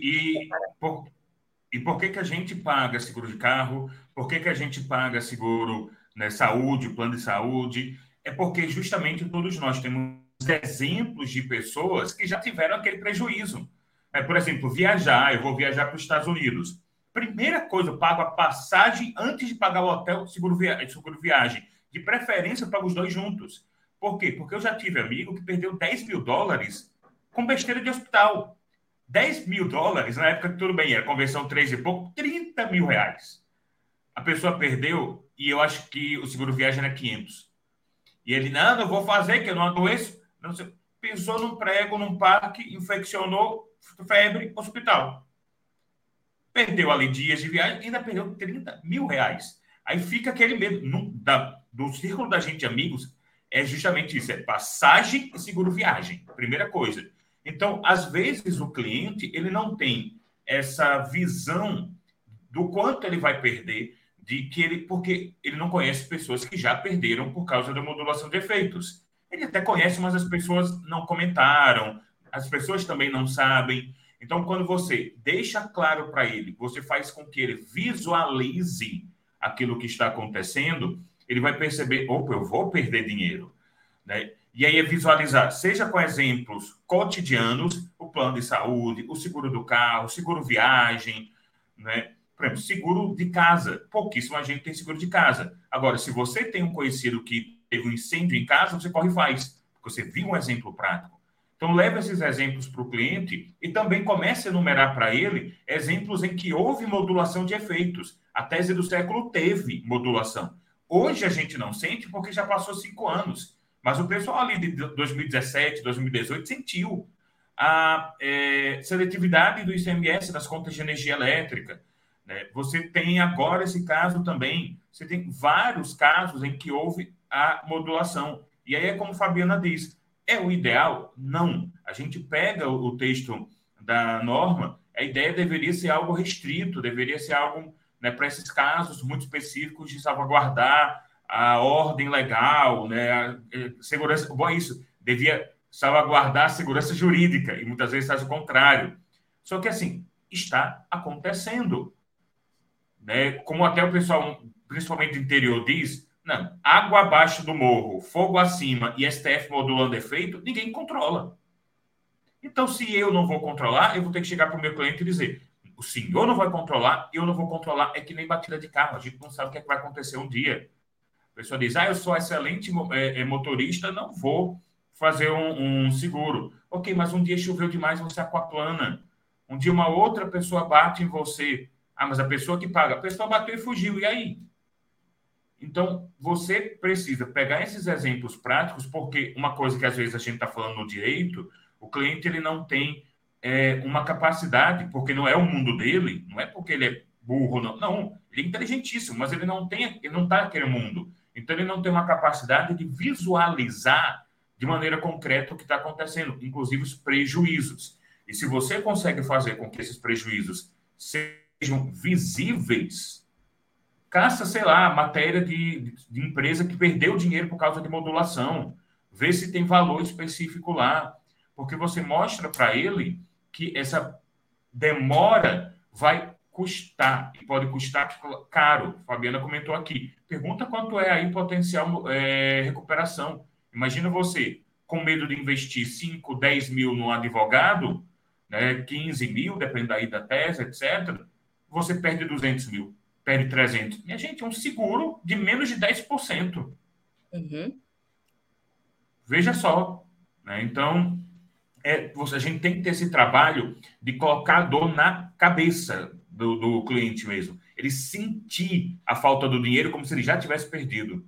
E por que a gente paga seguro de carro? Por que a gente paga seguro, né, saúde, plano de saúde? É porque justamente todos nós temos exemplos de pessoas que já tiveram aquele prejuízo. Por exemplo, viajar. Eu vou viajar para os Estados Unidos. Primeira coisa, eu pago a passagem antes de pagar o hotel, seguro viagem. De preferência, eu pago os dois juntos. Por quê? Porque eu já tive amigo que perdeu $10 mil com besteira de hospital. $10 mil, na época que tudo bem, era conversão 3 e pouco, R$30 mil. A pessoa perdeu e eu acho que o seguro viagem era 500. E ele, não vou fazer, que eu não adoeço. Não sei. Pisou num prego, num parque, infeccionou, febre, hospital. Perdeu ali dias de viagem, ainda perdeu R$30 mil. Aí fica aquele medo. Do círculo da gente de amigos, é justamente isso, é passagem e seguro viagem. Primeira coisa. Então, às vezes, o cliente ele não tem essa visão do quanto ele vai perder, porque ele não conhece pessoas que já perderam por causa da modulação de efeitos. Ele até conhece, mas as pessoas não comentaram, as pessoas também não sabem. Então, quando você deixa claro para ele, você faz com que ele visualize aquilo que está acontecendo, ele vai perceber, opa, eu vou perder dinheiro, né? E aí é visualizar, seja com exemplos cotidianos, o plano de saúde, o seguro do carro, o seguro viagem, né? Por exemplo, seguro de casa. Pouquíssima gente tem seguro de casa. Agora, se você tem um conhecido que teve um incêndio em casa, você corre e faz, porque você viu um exemplo prático. Então, leve esses exemplos para o cliente e também comece a enumerar para ele exemplos em que houve modulação de efeitos. A tese do século teve modulação. Hoje a gente não sente porque já passou 5 anos. Mas o pessoal ali de 2017, 2018 sentiu a seletividade do ICMS das contas de energia elétrica, né? Você tem agora esse caso também. Você tem vários casos em que houve a modulação. E aí é como a Fabiana diz, é o ideal? Não. A gente pega o texto da norma, a ideia deveria ser algo restrito, deveria ser algo, né, para esses casos muito específicos de salvaguardar a ordem legal, né, a segurança. Bom, isso devia salvaguardar a segurança jurídica e muitas vezes faz o contrário. Só que, assim, está acontecendo, né? Como até o pessoal, principalmente do interior, diz, não, água abaixo do morro, fogo acima e STF modulando efeito, ninguém controla. Então, se eu não vou controlar, eu vou ter que chegar para o meu cliente e dizer, o senhor não vai controlar, eu não vou controlar. É que nem batida de carro, a gente não sabe o que, é que vai acontecer um dia. A pessoa diz, eu sou excelente motorista, não vou fazer um seguro. Ok, mas um dia choveu demais, você aquaplana. Um dia uma outra pessoa bate em você. Mas a pessoa que paga, a pessoa bateu e fugiu, e aí? Então, você precisa pegar esses exemplos práticos, porque uma coisa que às vezes a gente está falando no direito, o cliente ele não tem uma capacidade, porque não é o mundo dele, não é porque ele é burro, não, ele é inteligentíssimo, mas ele não está naquele mundo. Então, ele não tem uma capacidade de visualizar de maneira concreta o que está acontecendo, inclusive os prejuízos. E se você consegue fazer com que esses prejuízos sejam visíveis, caça, sei lá, matéria de empresa que perdeu dinheiro por causa de modulação. Vê se tem valor específico lá. Porque você mostra para ele que essa demora vai custar, e pode custar caro. Fabiana comentou aqui. Pergunta quanto é aí potencial recuperação. Imagina você com medo de investir 5, 10 mil no advogado, né, 15 mil, dependendo aí da tese, etc., você perde 200 mil, perde 300. Minha gente, é um seguro de menos de 10%. Uhum. Veja só. Né? Então, a gente tem que ter esse trabalho de colocar a dor na cabeça do cliente mesmo. Ele sentir a falta do dinheiro como se ele já tivesse perdido.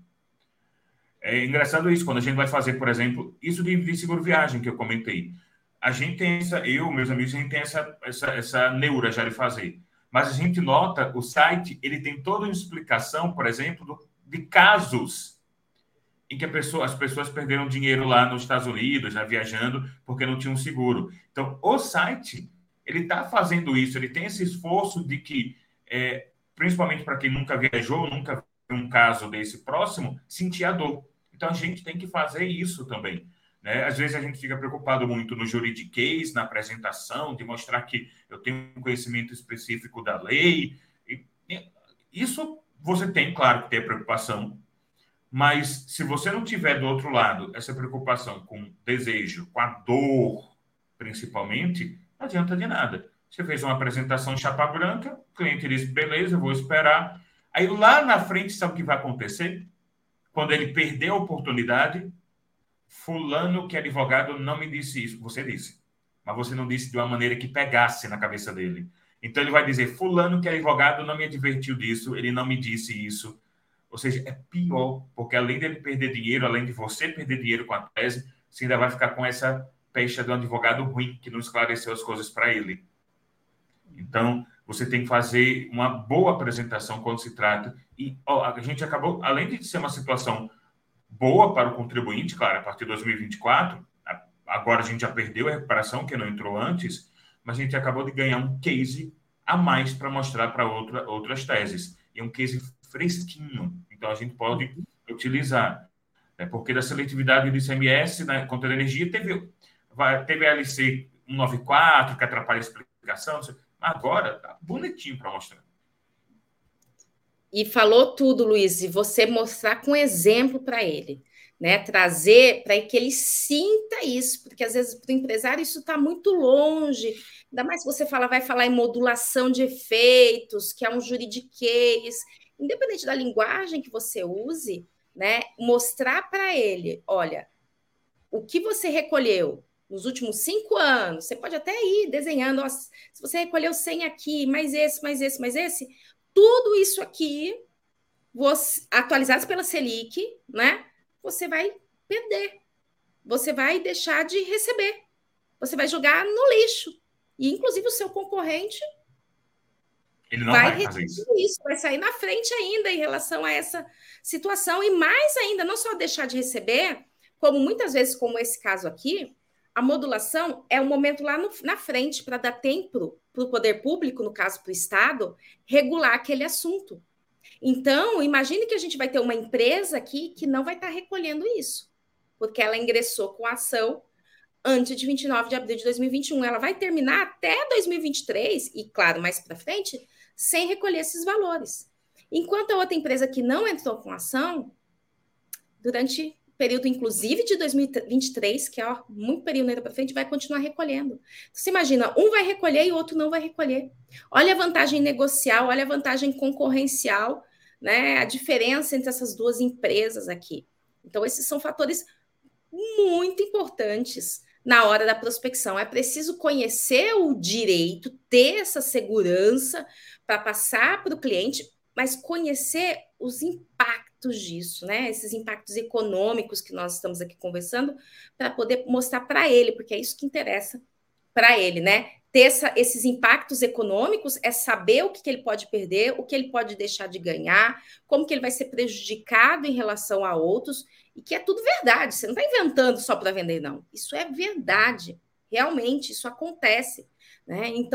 É engraçado isso, quando a gente vai fazer, por exemplo, isso de seguro viagem que eu comentei. A gente tem meus amigos, a gente tem essa neura já de fazer. Mas a gente nota, o site, ele tem toda uma explicação, por exemplo, de casos em que as pessoas perderam dinheiro lá nos Estados Unidos, né, viajando, porque não tinham seguro. Então, o site, ele está fazendo isso, ele tem esse esforço de que, principalmente para quem nunca viajou, nunca viu um caso desse próximo, sentir a dor. Então, a gente tem que fazer isso também. Né? Às vezes a gente fica preocupado muito no juridiquês, na apresentação, de mostrar que eu tenho um conhecimento específico da lei. Isso você tem, claro, que ter preocupação, mas se você não tiver do outro lado essa preocupação com o desejo, com a dor, principalmente, não adianta de nada. Você fez uma apresentação chapa branca, o cliente diz, beleza, eu vou esperar. Aí lá na frente, sabe o que vai acontecer? Quando ele perder a oportunidade, fulano que é advogado não me disse isso. Você disse, mas você não disse de uma maneira que pegasse na cabeça dele. Então ele vai dizer, fulano que é advogado não me advertiu disso, ele não me disse isso. Ou seja, é pior, porque além dele perder dinheiro, além de você perder dinheiro com a tese, você ainda vai ficar com essa pecha de um advogado ruim, que não esclareceu as coisas para ele. Então, você tem que fazer uma boa apresentação quando se trata. E a gente acabou, além de ser uma situação boa para o contribuinte, claro, a partir de 2024, agora a gente já perdeu a recuperação, que não entrou antes, mas a gente acabou de ganhar um case a mais para mostrar para outras teses. E um case fresquinho. Então, a gente pode utilizar. Né? Porque da seletividade do ICMS, né, contra a energia, teve a LC 194, que atrapalha a explicação. Agora, tá bonitinho para mostrar. E falou tudo, Luiz, e você mostrar com exemplo para ele, né? Trazer para que ele sinta isso, porque às vezes para o empresário isso está muito longe, ainda mais se você vai falar em modulação de efeitos, que é um juridiquês, independente da linguagem que você use, né? Mostrar para ele, olha, o que você recolheu nos últimos 5 anos, você pode até ir desenhando, ó, se você recolheu 100 aqui, mais esse, mais esse, mais esse, tudo isso aqui, atualizados pela Selic, né? Você vai perder. Você vai deixar de receber. Você vai jogar no lixo. E, inclusive, o seu concorrente ele não vai fazer isso, vai sair na frente ainda em relação a essa situação. E mais ainda, não só deixar de receber, como muitas vezes, como esse caso aqui, a modulação é um momento lá na frente para dar tempo para o poder público, no caso para o Estado, regular aquele assunto. Então, imagine que a gente vai ter uma empresa aqui que não vai estar recolhendo isso, porque ela ingressou com a ação antes de 29 de abril de 2021. Ela vai terminar até 2023, e claro, mais para frente, sem recolher esses valores. Enquanto a outra empresa que não entrou com ação, durante período, inclusive, de 2023, que é muito período ainda para frente, vai continuar recolhendo. Então, você imagina, um vai recolher e o outro não vai recolher. Olha a vantagem negocial, olha a vantagem concorrencial, né? A diferença entre essas duas empresas aqui. Então, esses são fatores muito importantes na hora da prospecção. É preciso conhecer o direito, ter essa segurança para passar para o cliente, mas conhecer os impactos disso, né? Esses impactos econômicos que nós estamos aqui conversando, para poder mostrar para ele, porque é isso que interessa para ele, né? Ter esses impactos econômicos é saber o que ele pode perder, o que ele pode deixar de ganhar, como que ele vai ser prejudicado em relação a outros, e que é tudo verdade. Você não está inventando só para vender, não. Isso é verdade. Realmente, isso acontece, né? Então,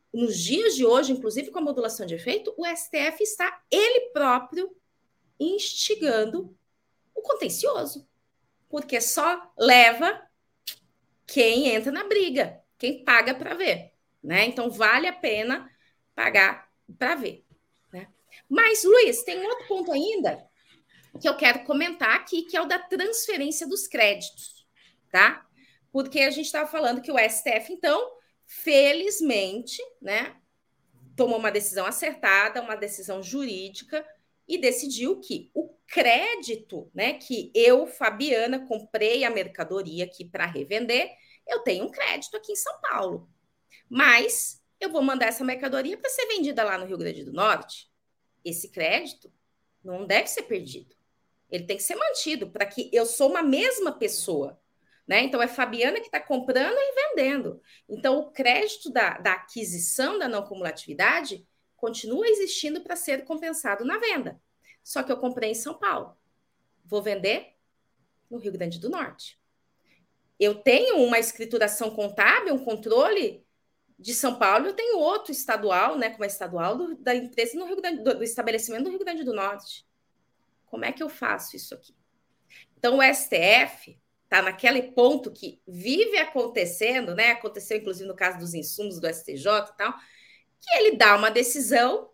nos dias de hoje, inclusive com a modulação de efeito, o STF está ele próprio instigando o contencioso, porque só leva quem entra na briga, quem paga para ver, né? Então vale a pena pagar para ver, né? Mas, Luiz, tem um outro ponto ainda que eu quero comentar aqui, que é o da transferência dos créditos, tá? Porque a gente estava falando que o STF, então, felizmente, né, tomou uma decisão acertada, uma decisão jurídica, e decidiu que o crédito, né, que eu, Fabiana, comprei a mercadoria aqui para revender, eu tenho um crédito aqui em São Paulo. Mas eu vou mandar essa mercadoria para ser vendida lá no Rio Grande do Norte. Esse crédito não deve ser perdido. Ele tem que ser mantido para que eu sou uma mesma pessoa. Né? Então, é Fabiana que está comprando e vendendo. Então, o crédito da aquisição da não cumulatividade continua existindo para ser compensado na venda. Só que eu comprei em São Paulo. Vou vender no Rio Grande do Norte. Eu tenho uma escrituração contábil, um controle de São Paulo, eu tenho outro estadual, né, como é estadual da empresa no Rio Grande, do estabelecimento do Rio Grande do Norte. Como é que eu faço isso aqui? Então, o STF está naquele ponto que vive acontecendo, né? Aconteceu, inclusive, no caso dos insumos do STJ e tal, que ele dá uma decisão,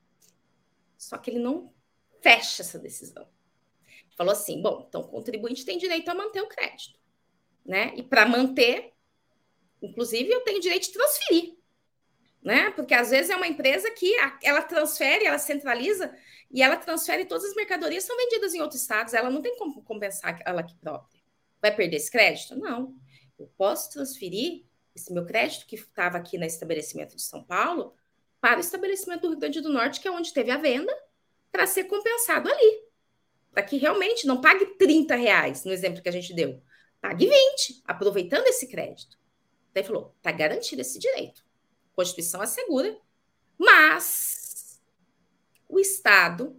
só que ele não fecha essa decisão. Falou assim, bom, então o contribuinte tem direito a manter o crédito, né? E para manter, inclusive, eu tenho direito de transferir, né? Porque às vezes é uma empresa que ela transfere, ela centraliza e ela transfere todas as mercadorias são vendidas em outros estados, ela não tem como compensar ela aqui própria. Vai perder esse crédito? Não. Eu posso transferir esse meu crédito que estava aqui no estabelecimento de São Paulo para o estabelecimento do Rio Grande do Norte, que é onde teve a venda, para ser compensado ali. Para que realmente não pague R$ 30, no exemplo que a gente deu. Pague 20, aproveitando esse crédito. Daí falou, está garantido esse direito. A Constituição assegura, mas o Estado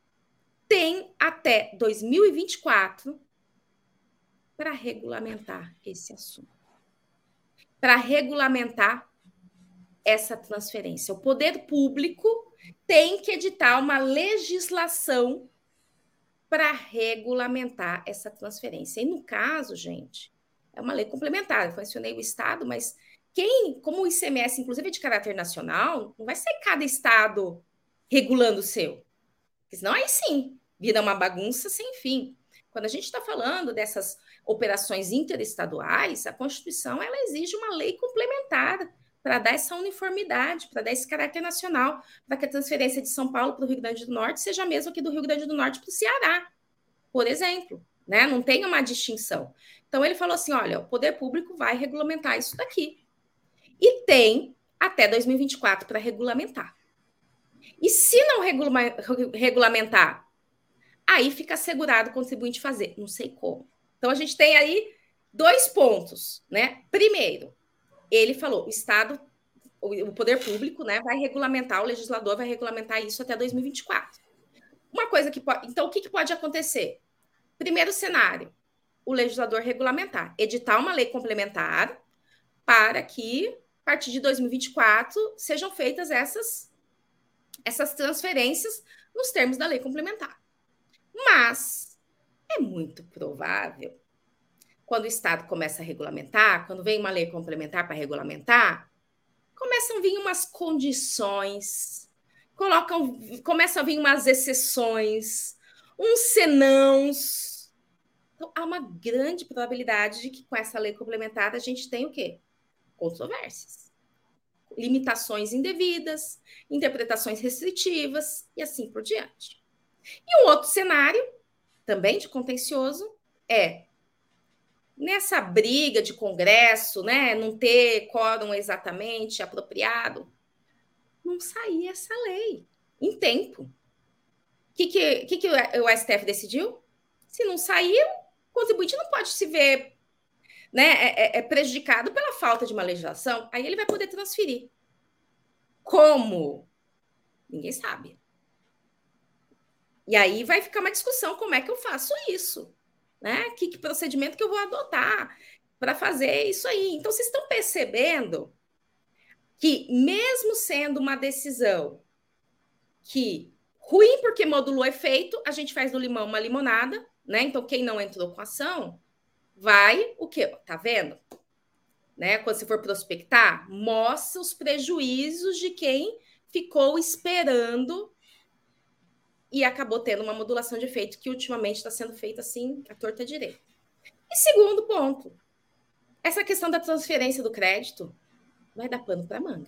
tem até 2024 para regulamentar esse assunto, para regulamentar essa transferência. O poder público tem que editar uma legislação para regulamentar essa transferência. E no caso, gente, é uma lei complementar. Eu mencionei o Estado, mas como o ICMS, inclusive, é de caráter nacional, não vai ser cada Estado regulando o seu. Porque senão aí sim, vira uma bagunça sem fim. Quando a gente está falando dessas operações interestaduais, a Constituição ela exige uma lei complementar para dar essa uniformidade, para dar esse caráter nacional, para que a transferência de São Paulo para o Rio Grande do Norte seja a mesma que do Rio Grande do Norte para o Ceará, por exemplo, né? Não tem uma distinção. Então ele falou assim, olha, o poder público vai regulamentar isso daqui. E tem até 2024 para regulamentar. E se não regulamentar, aí fica assegurado o contribuinte fazer. Não sei como. Então, a gente tem aí 2 pontos, né? Primeiro, ele falou, o Estado, o poder público, né, vai regulamentar, o legislador vai regulamentar isso até 2024. Uma coisa que pode... Então, o que pode acontecer? Primeiro cenário, o legislador regulamentar, editar uma lei complementar para que, a partir de 2024, sejam feitas essas transferências nos termos da lei complementar. Mas é muito provável, quando o Estado começa a regulamentar, quando vem uma lei complementar para regulamentar, começam a vir umas condições, começam a vir umas exceções, uns senãos. Então, há uma grande probabilidade de que com essa lei complementar a gente tem o quê? Controvérsias. Limitações indevidas, interpretações restritivas e assim por diante. E um outro cenário, também de contencioso, é nessa briga de Congresso, né, não ter quórum exatamente apropriado, não sair essa lei em tempo. O que o STF decidiu? Se não saiu, o contribuinte não pode se ver, né, prejudicado pela falta de uma legislação, aí ele vai poder transferir. Como? Ninguém sabe. E aí vai ficar uma discussão, como é que eu faço isso? Né? Que procedimento que eu vou adotar para fazer isso aí? Então, vocês estão percebendo que, mesmo sendo uma decisão que ruim porque modulou efeito, a gente faz do limão uma limonada, né? Então, quem não entrou com ação vai o quê? Tá vendo? Né? Quando você for prospectar, mostra os prejuízos de quem ficou esperando e acabou tendo uma modulação de efeito que ultimamente está sendo feita assim, à torta direita. E segundo ponto, essa questão da transferência do crédito vai dar pano para manga.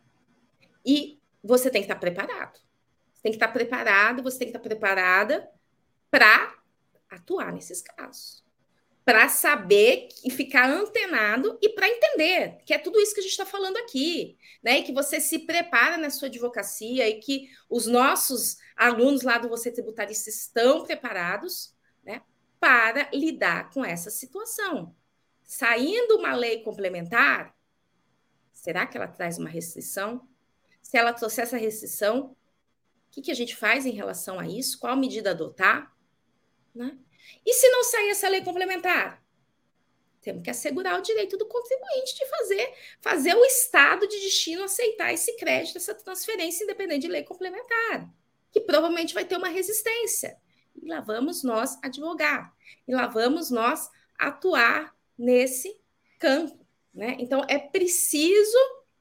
E você tem que estar preparado. Você tem que estar preparado, você tem que estar preparada para atuar nesses casos. Para saber e ficar antenado e para entender que é tudo isso que a gente está falando aqui, né? E que você se prepara na sua advocacia e que os nossos alunos lá do Você Tributarista estão preparados, né, para lidar com essa situação. Saindo uma lei complementar, será que ela traz uma restrição? Se ela trouxer essa restrição, o que a gente faz em relação a isso? Qual medida adotar? Né? E se não sair essa lei complementar? Temos que assegurar o direito do contribuinte de fazer o estado de destino aceitar esse crédito, essa transferência, independente de lei complementar, que provavelmente vai ter uma resistência. E lá vamos nós advogar, e lá vamos nós atuar nesse campo. Né? Então, é preciso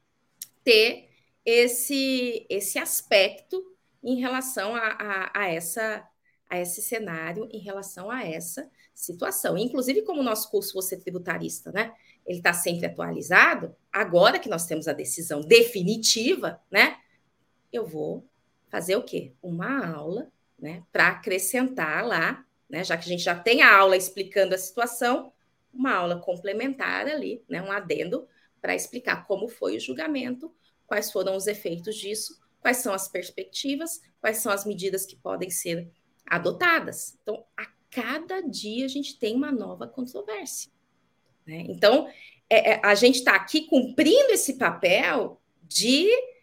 ter esse aspecto em relação a esse cenário, em relação a essa situação. Inclusive, como o nosso curso Você Tributarista, né? Ele está sempre atualizado. Agora que nós temos a decisão definitiva, né? Eu vou fazer o quê? Uma aula, né? Para acrescentar lá, né? Já que a gente já tem a aula explicando a situação, uma aula complementar ali, né? Um adendo para explicar como foi o julgamento, quais foram os efeitos disso, quais são as perspectivas, quais são as medidas que podem ser adotadas. Então, a cada dia a gente tem uma nova controvérsia. Né? Então, a gente está aqui cumprindo esse papel de,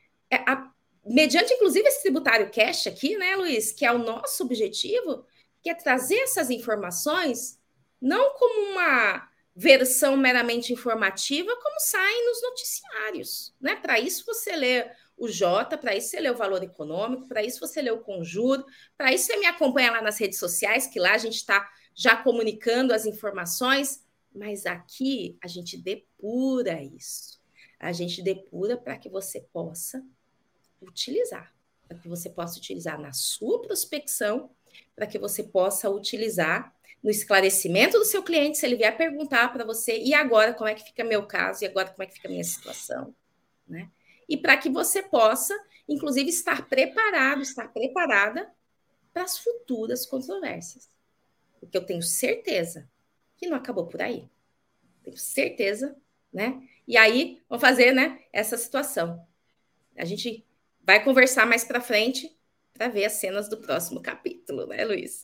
mediante inclusive esse tributário cash aqui, né, Luiz, que é o nosso objetivo, que é trazer essas informações não como uma versão meramente informativa, como saem nos noticiários. Né? Para isso você lê o Jota, para isso você lê o Valor Econômico, para isso você lê o Conjuro, para isso você me acompanha lá nas redes sociais, que lá a gente está já comunicando as informações, mas aqui a gente depura isso. A gente depura para que você possa utilizar, para que você possa utilizar na sua prospecção, para que você possa utilizar no esclarecimento do seu cliente, se ele vier perguntar para você, e agora como é que fica meu caso, e agora como é que fica a minha situação, né? E para que você possa, inclusive, estar preparado, estar preparada para as futuras controvérsias. Porque eu tenho certeza que não acabou por aí. Tenho certeza, né? E aí, vamos fazer, né, essa situação. A gente vai conversar mais para frente para ver as cenas do próximo capítulo, né, Luiz?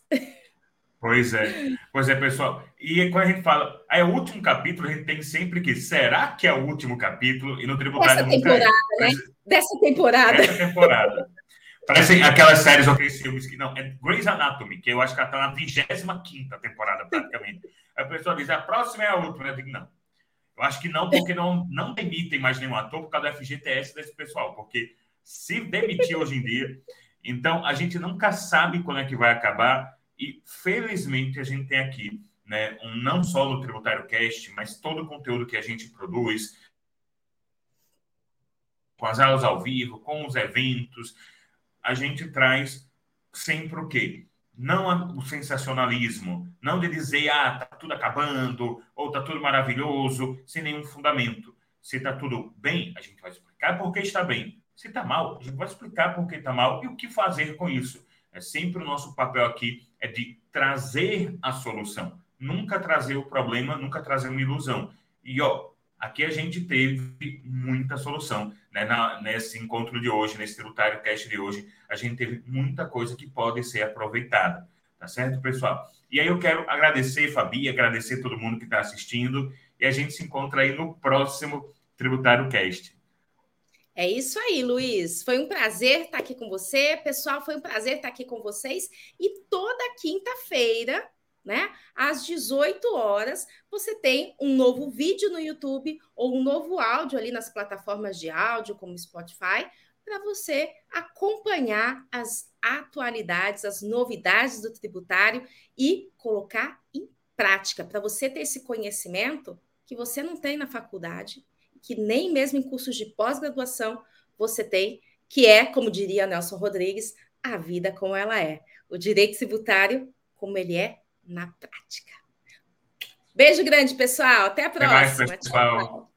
Pois é, pessoal. E quando a gente fala, é o último capítulo, a gente tem sempre que, será que é o último capítulo? E no tributário nunca é. Dessa temporada. Dessa temporada. Parece aquelas séries ou aqueles filmes que não. É Grey's Anatomy, que eu acho que ela está na 25ª temporada, praticamente. Aí a pessoa diz, a próxima é a última. Eu digo, não. Eu acho que não, porque não demitem mais nenhum ator por causa do FGTS desse pessoal. Porque se demitir hoje em dia, então a gente nunca sabe quando é que vai acabar. E, felizmente, a gente tem aqui, né, não só no Tributário Cast, mas todo o conteúdo que a gente produz, com as aulas ao vivo, com os eventos, a gente traz sempre o quê? Não o sensacionalismo, não de dizer, tá tudo acabando, ou tá tudo maravilhoso, sem nenhum fundamento. Se tá tudo bem, a gente vai explicar por que está bem. Se tá mal, a gente vai explicar por que tá mal e o que fazer com isso. É sempre o nosso papel aqui é de trazer a solução, nunca trazer o problema, nunca trazer uma ilusão. E, aqui a gente teve muita solução, né? Nesse encontro de hoje, nesse Tributário Cast de hoje, a gente teve muita coisa que pode ser aproveitada, tá certo, pessoal? E aí eu quero agradecer, Fabi, agradecer todo mundo que está assistindo, e a gente se encontra aí no próximo Tributário Cast. É isso aí, Luiz. Foi um prazer estar aqui com você. Pessoal, foi um prazer estar aqui com vocês. E toda quinta-feira né? Às 18 horas, você tem um novo vídeo no YouTube ou um novo áudio ali nas plataformas de áudio, como Spotify, para você acompanhar as atualidades, as novidades do tributário e colocar em prática, para você ter esse conhecimento que você não tem na faculdade, que nem mesmo em cursos de pós-graduação você tem, que é, como diria Nelson Rodrigues, a vida como ela é. O direito tributário como ele é na prática. Beijo grande, pessoal. Até a Até mais, próxima. pessoal. Tchau.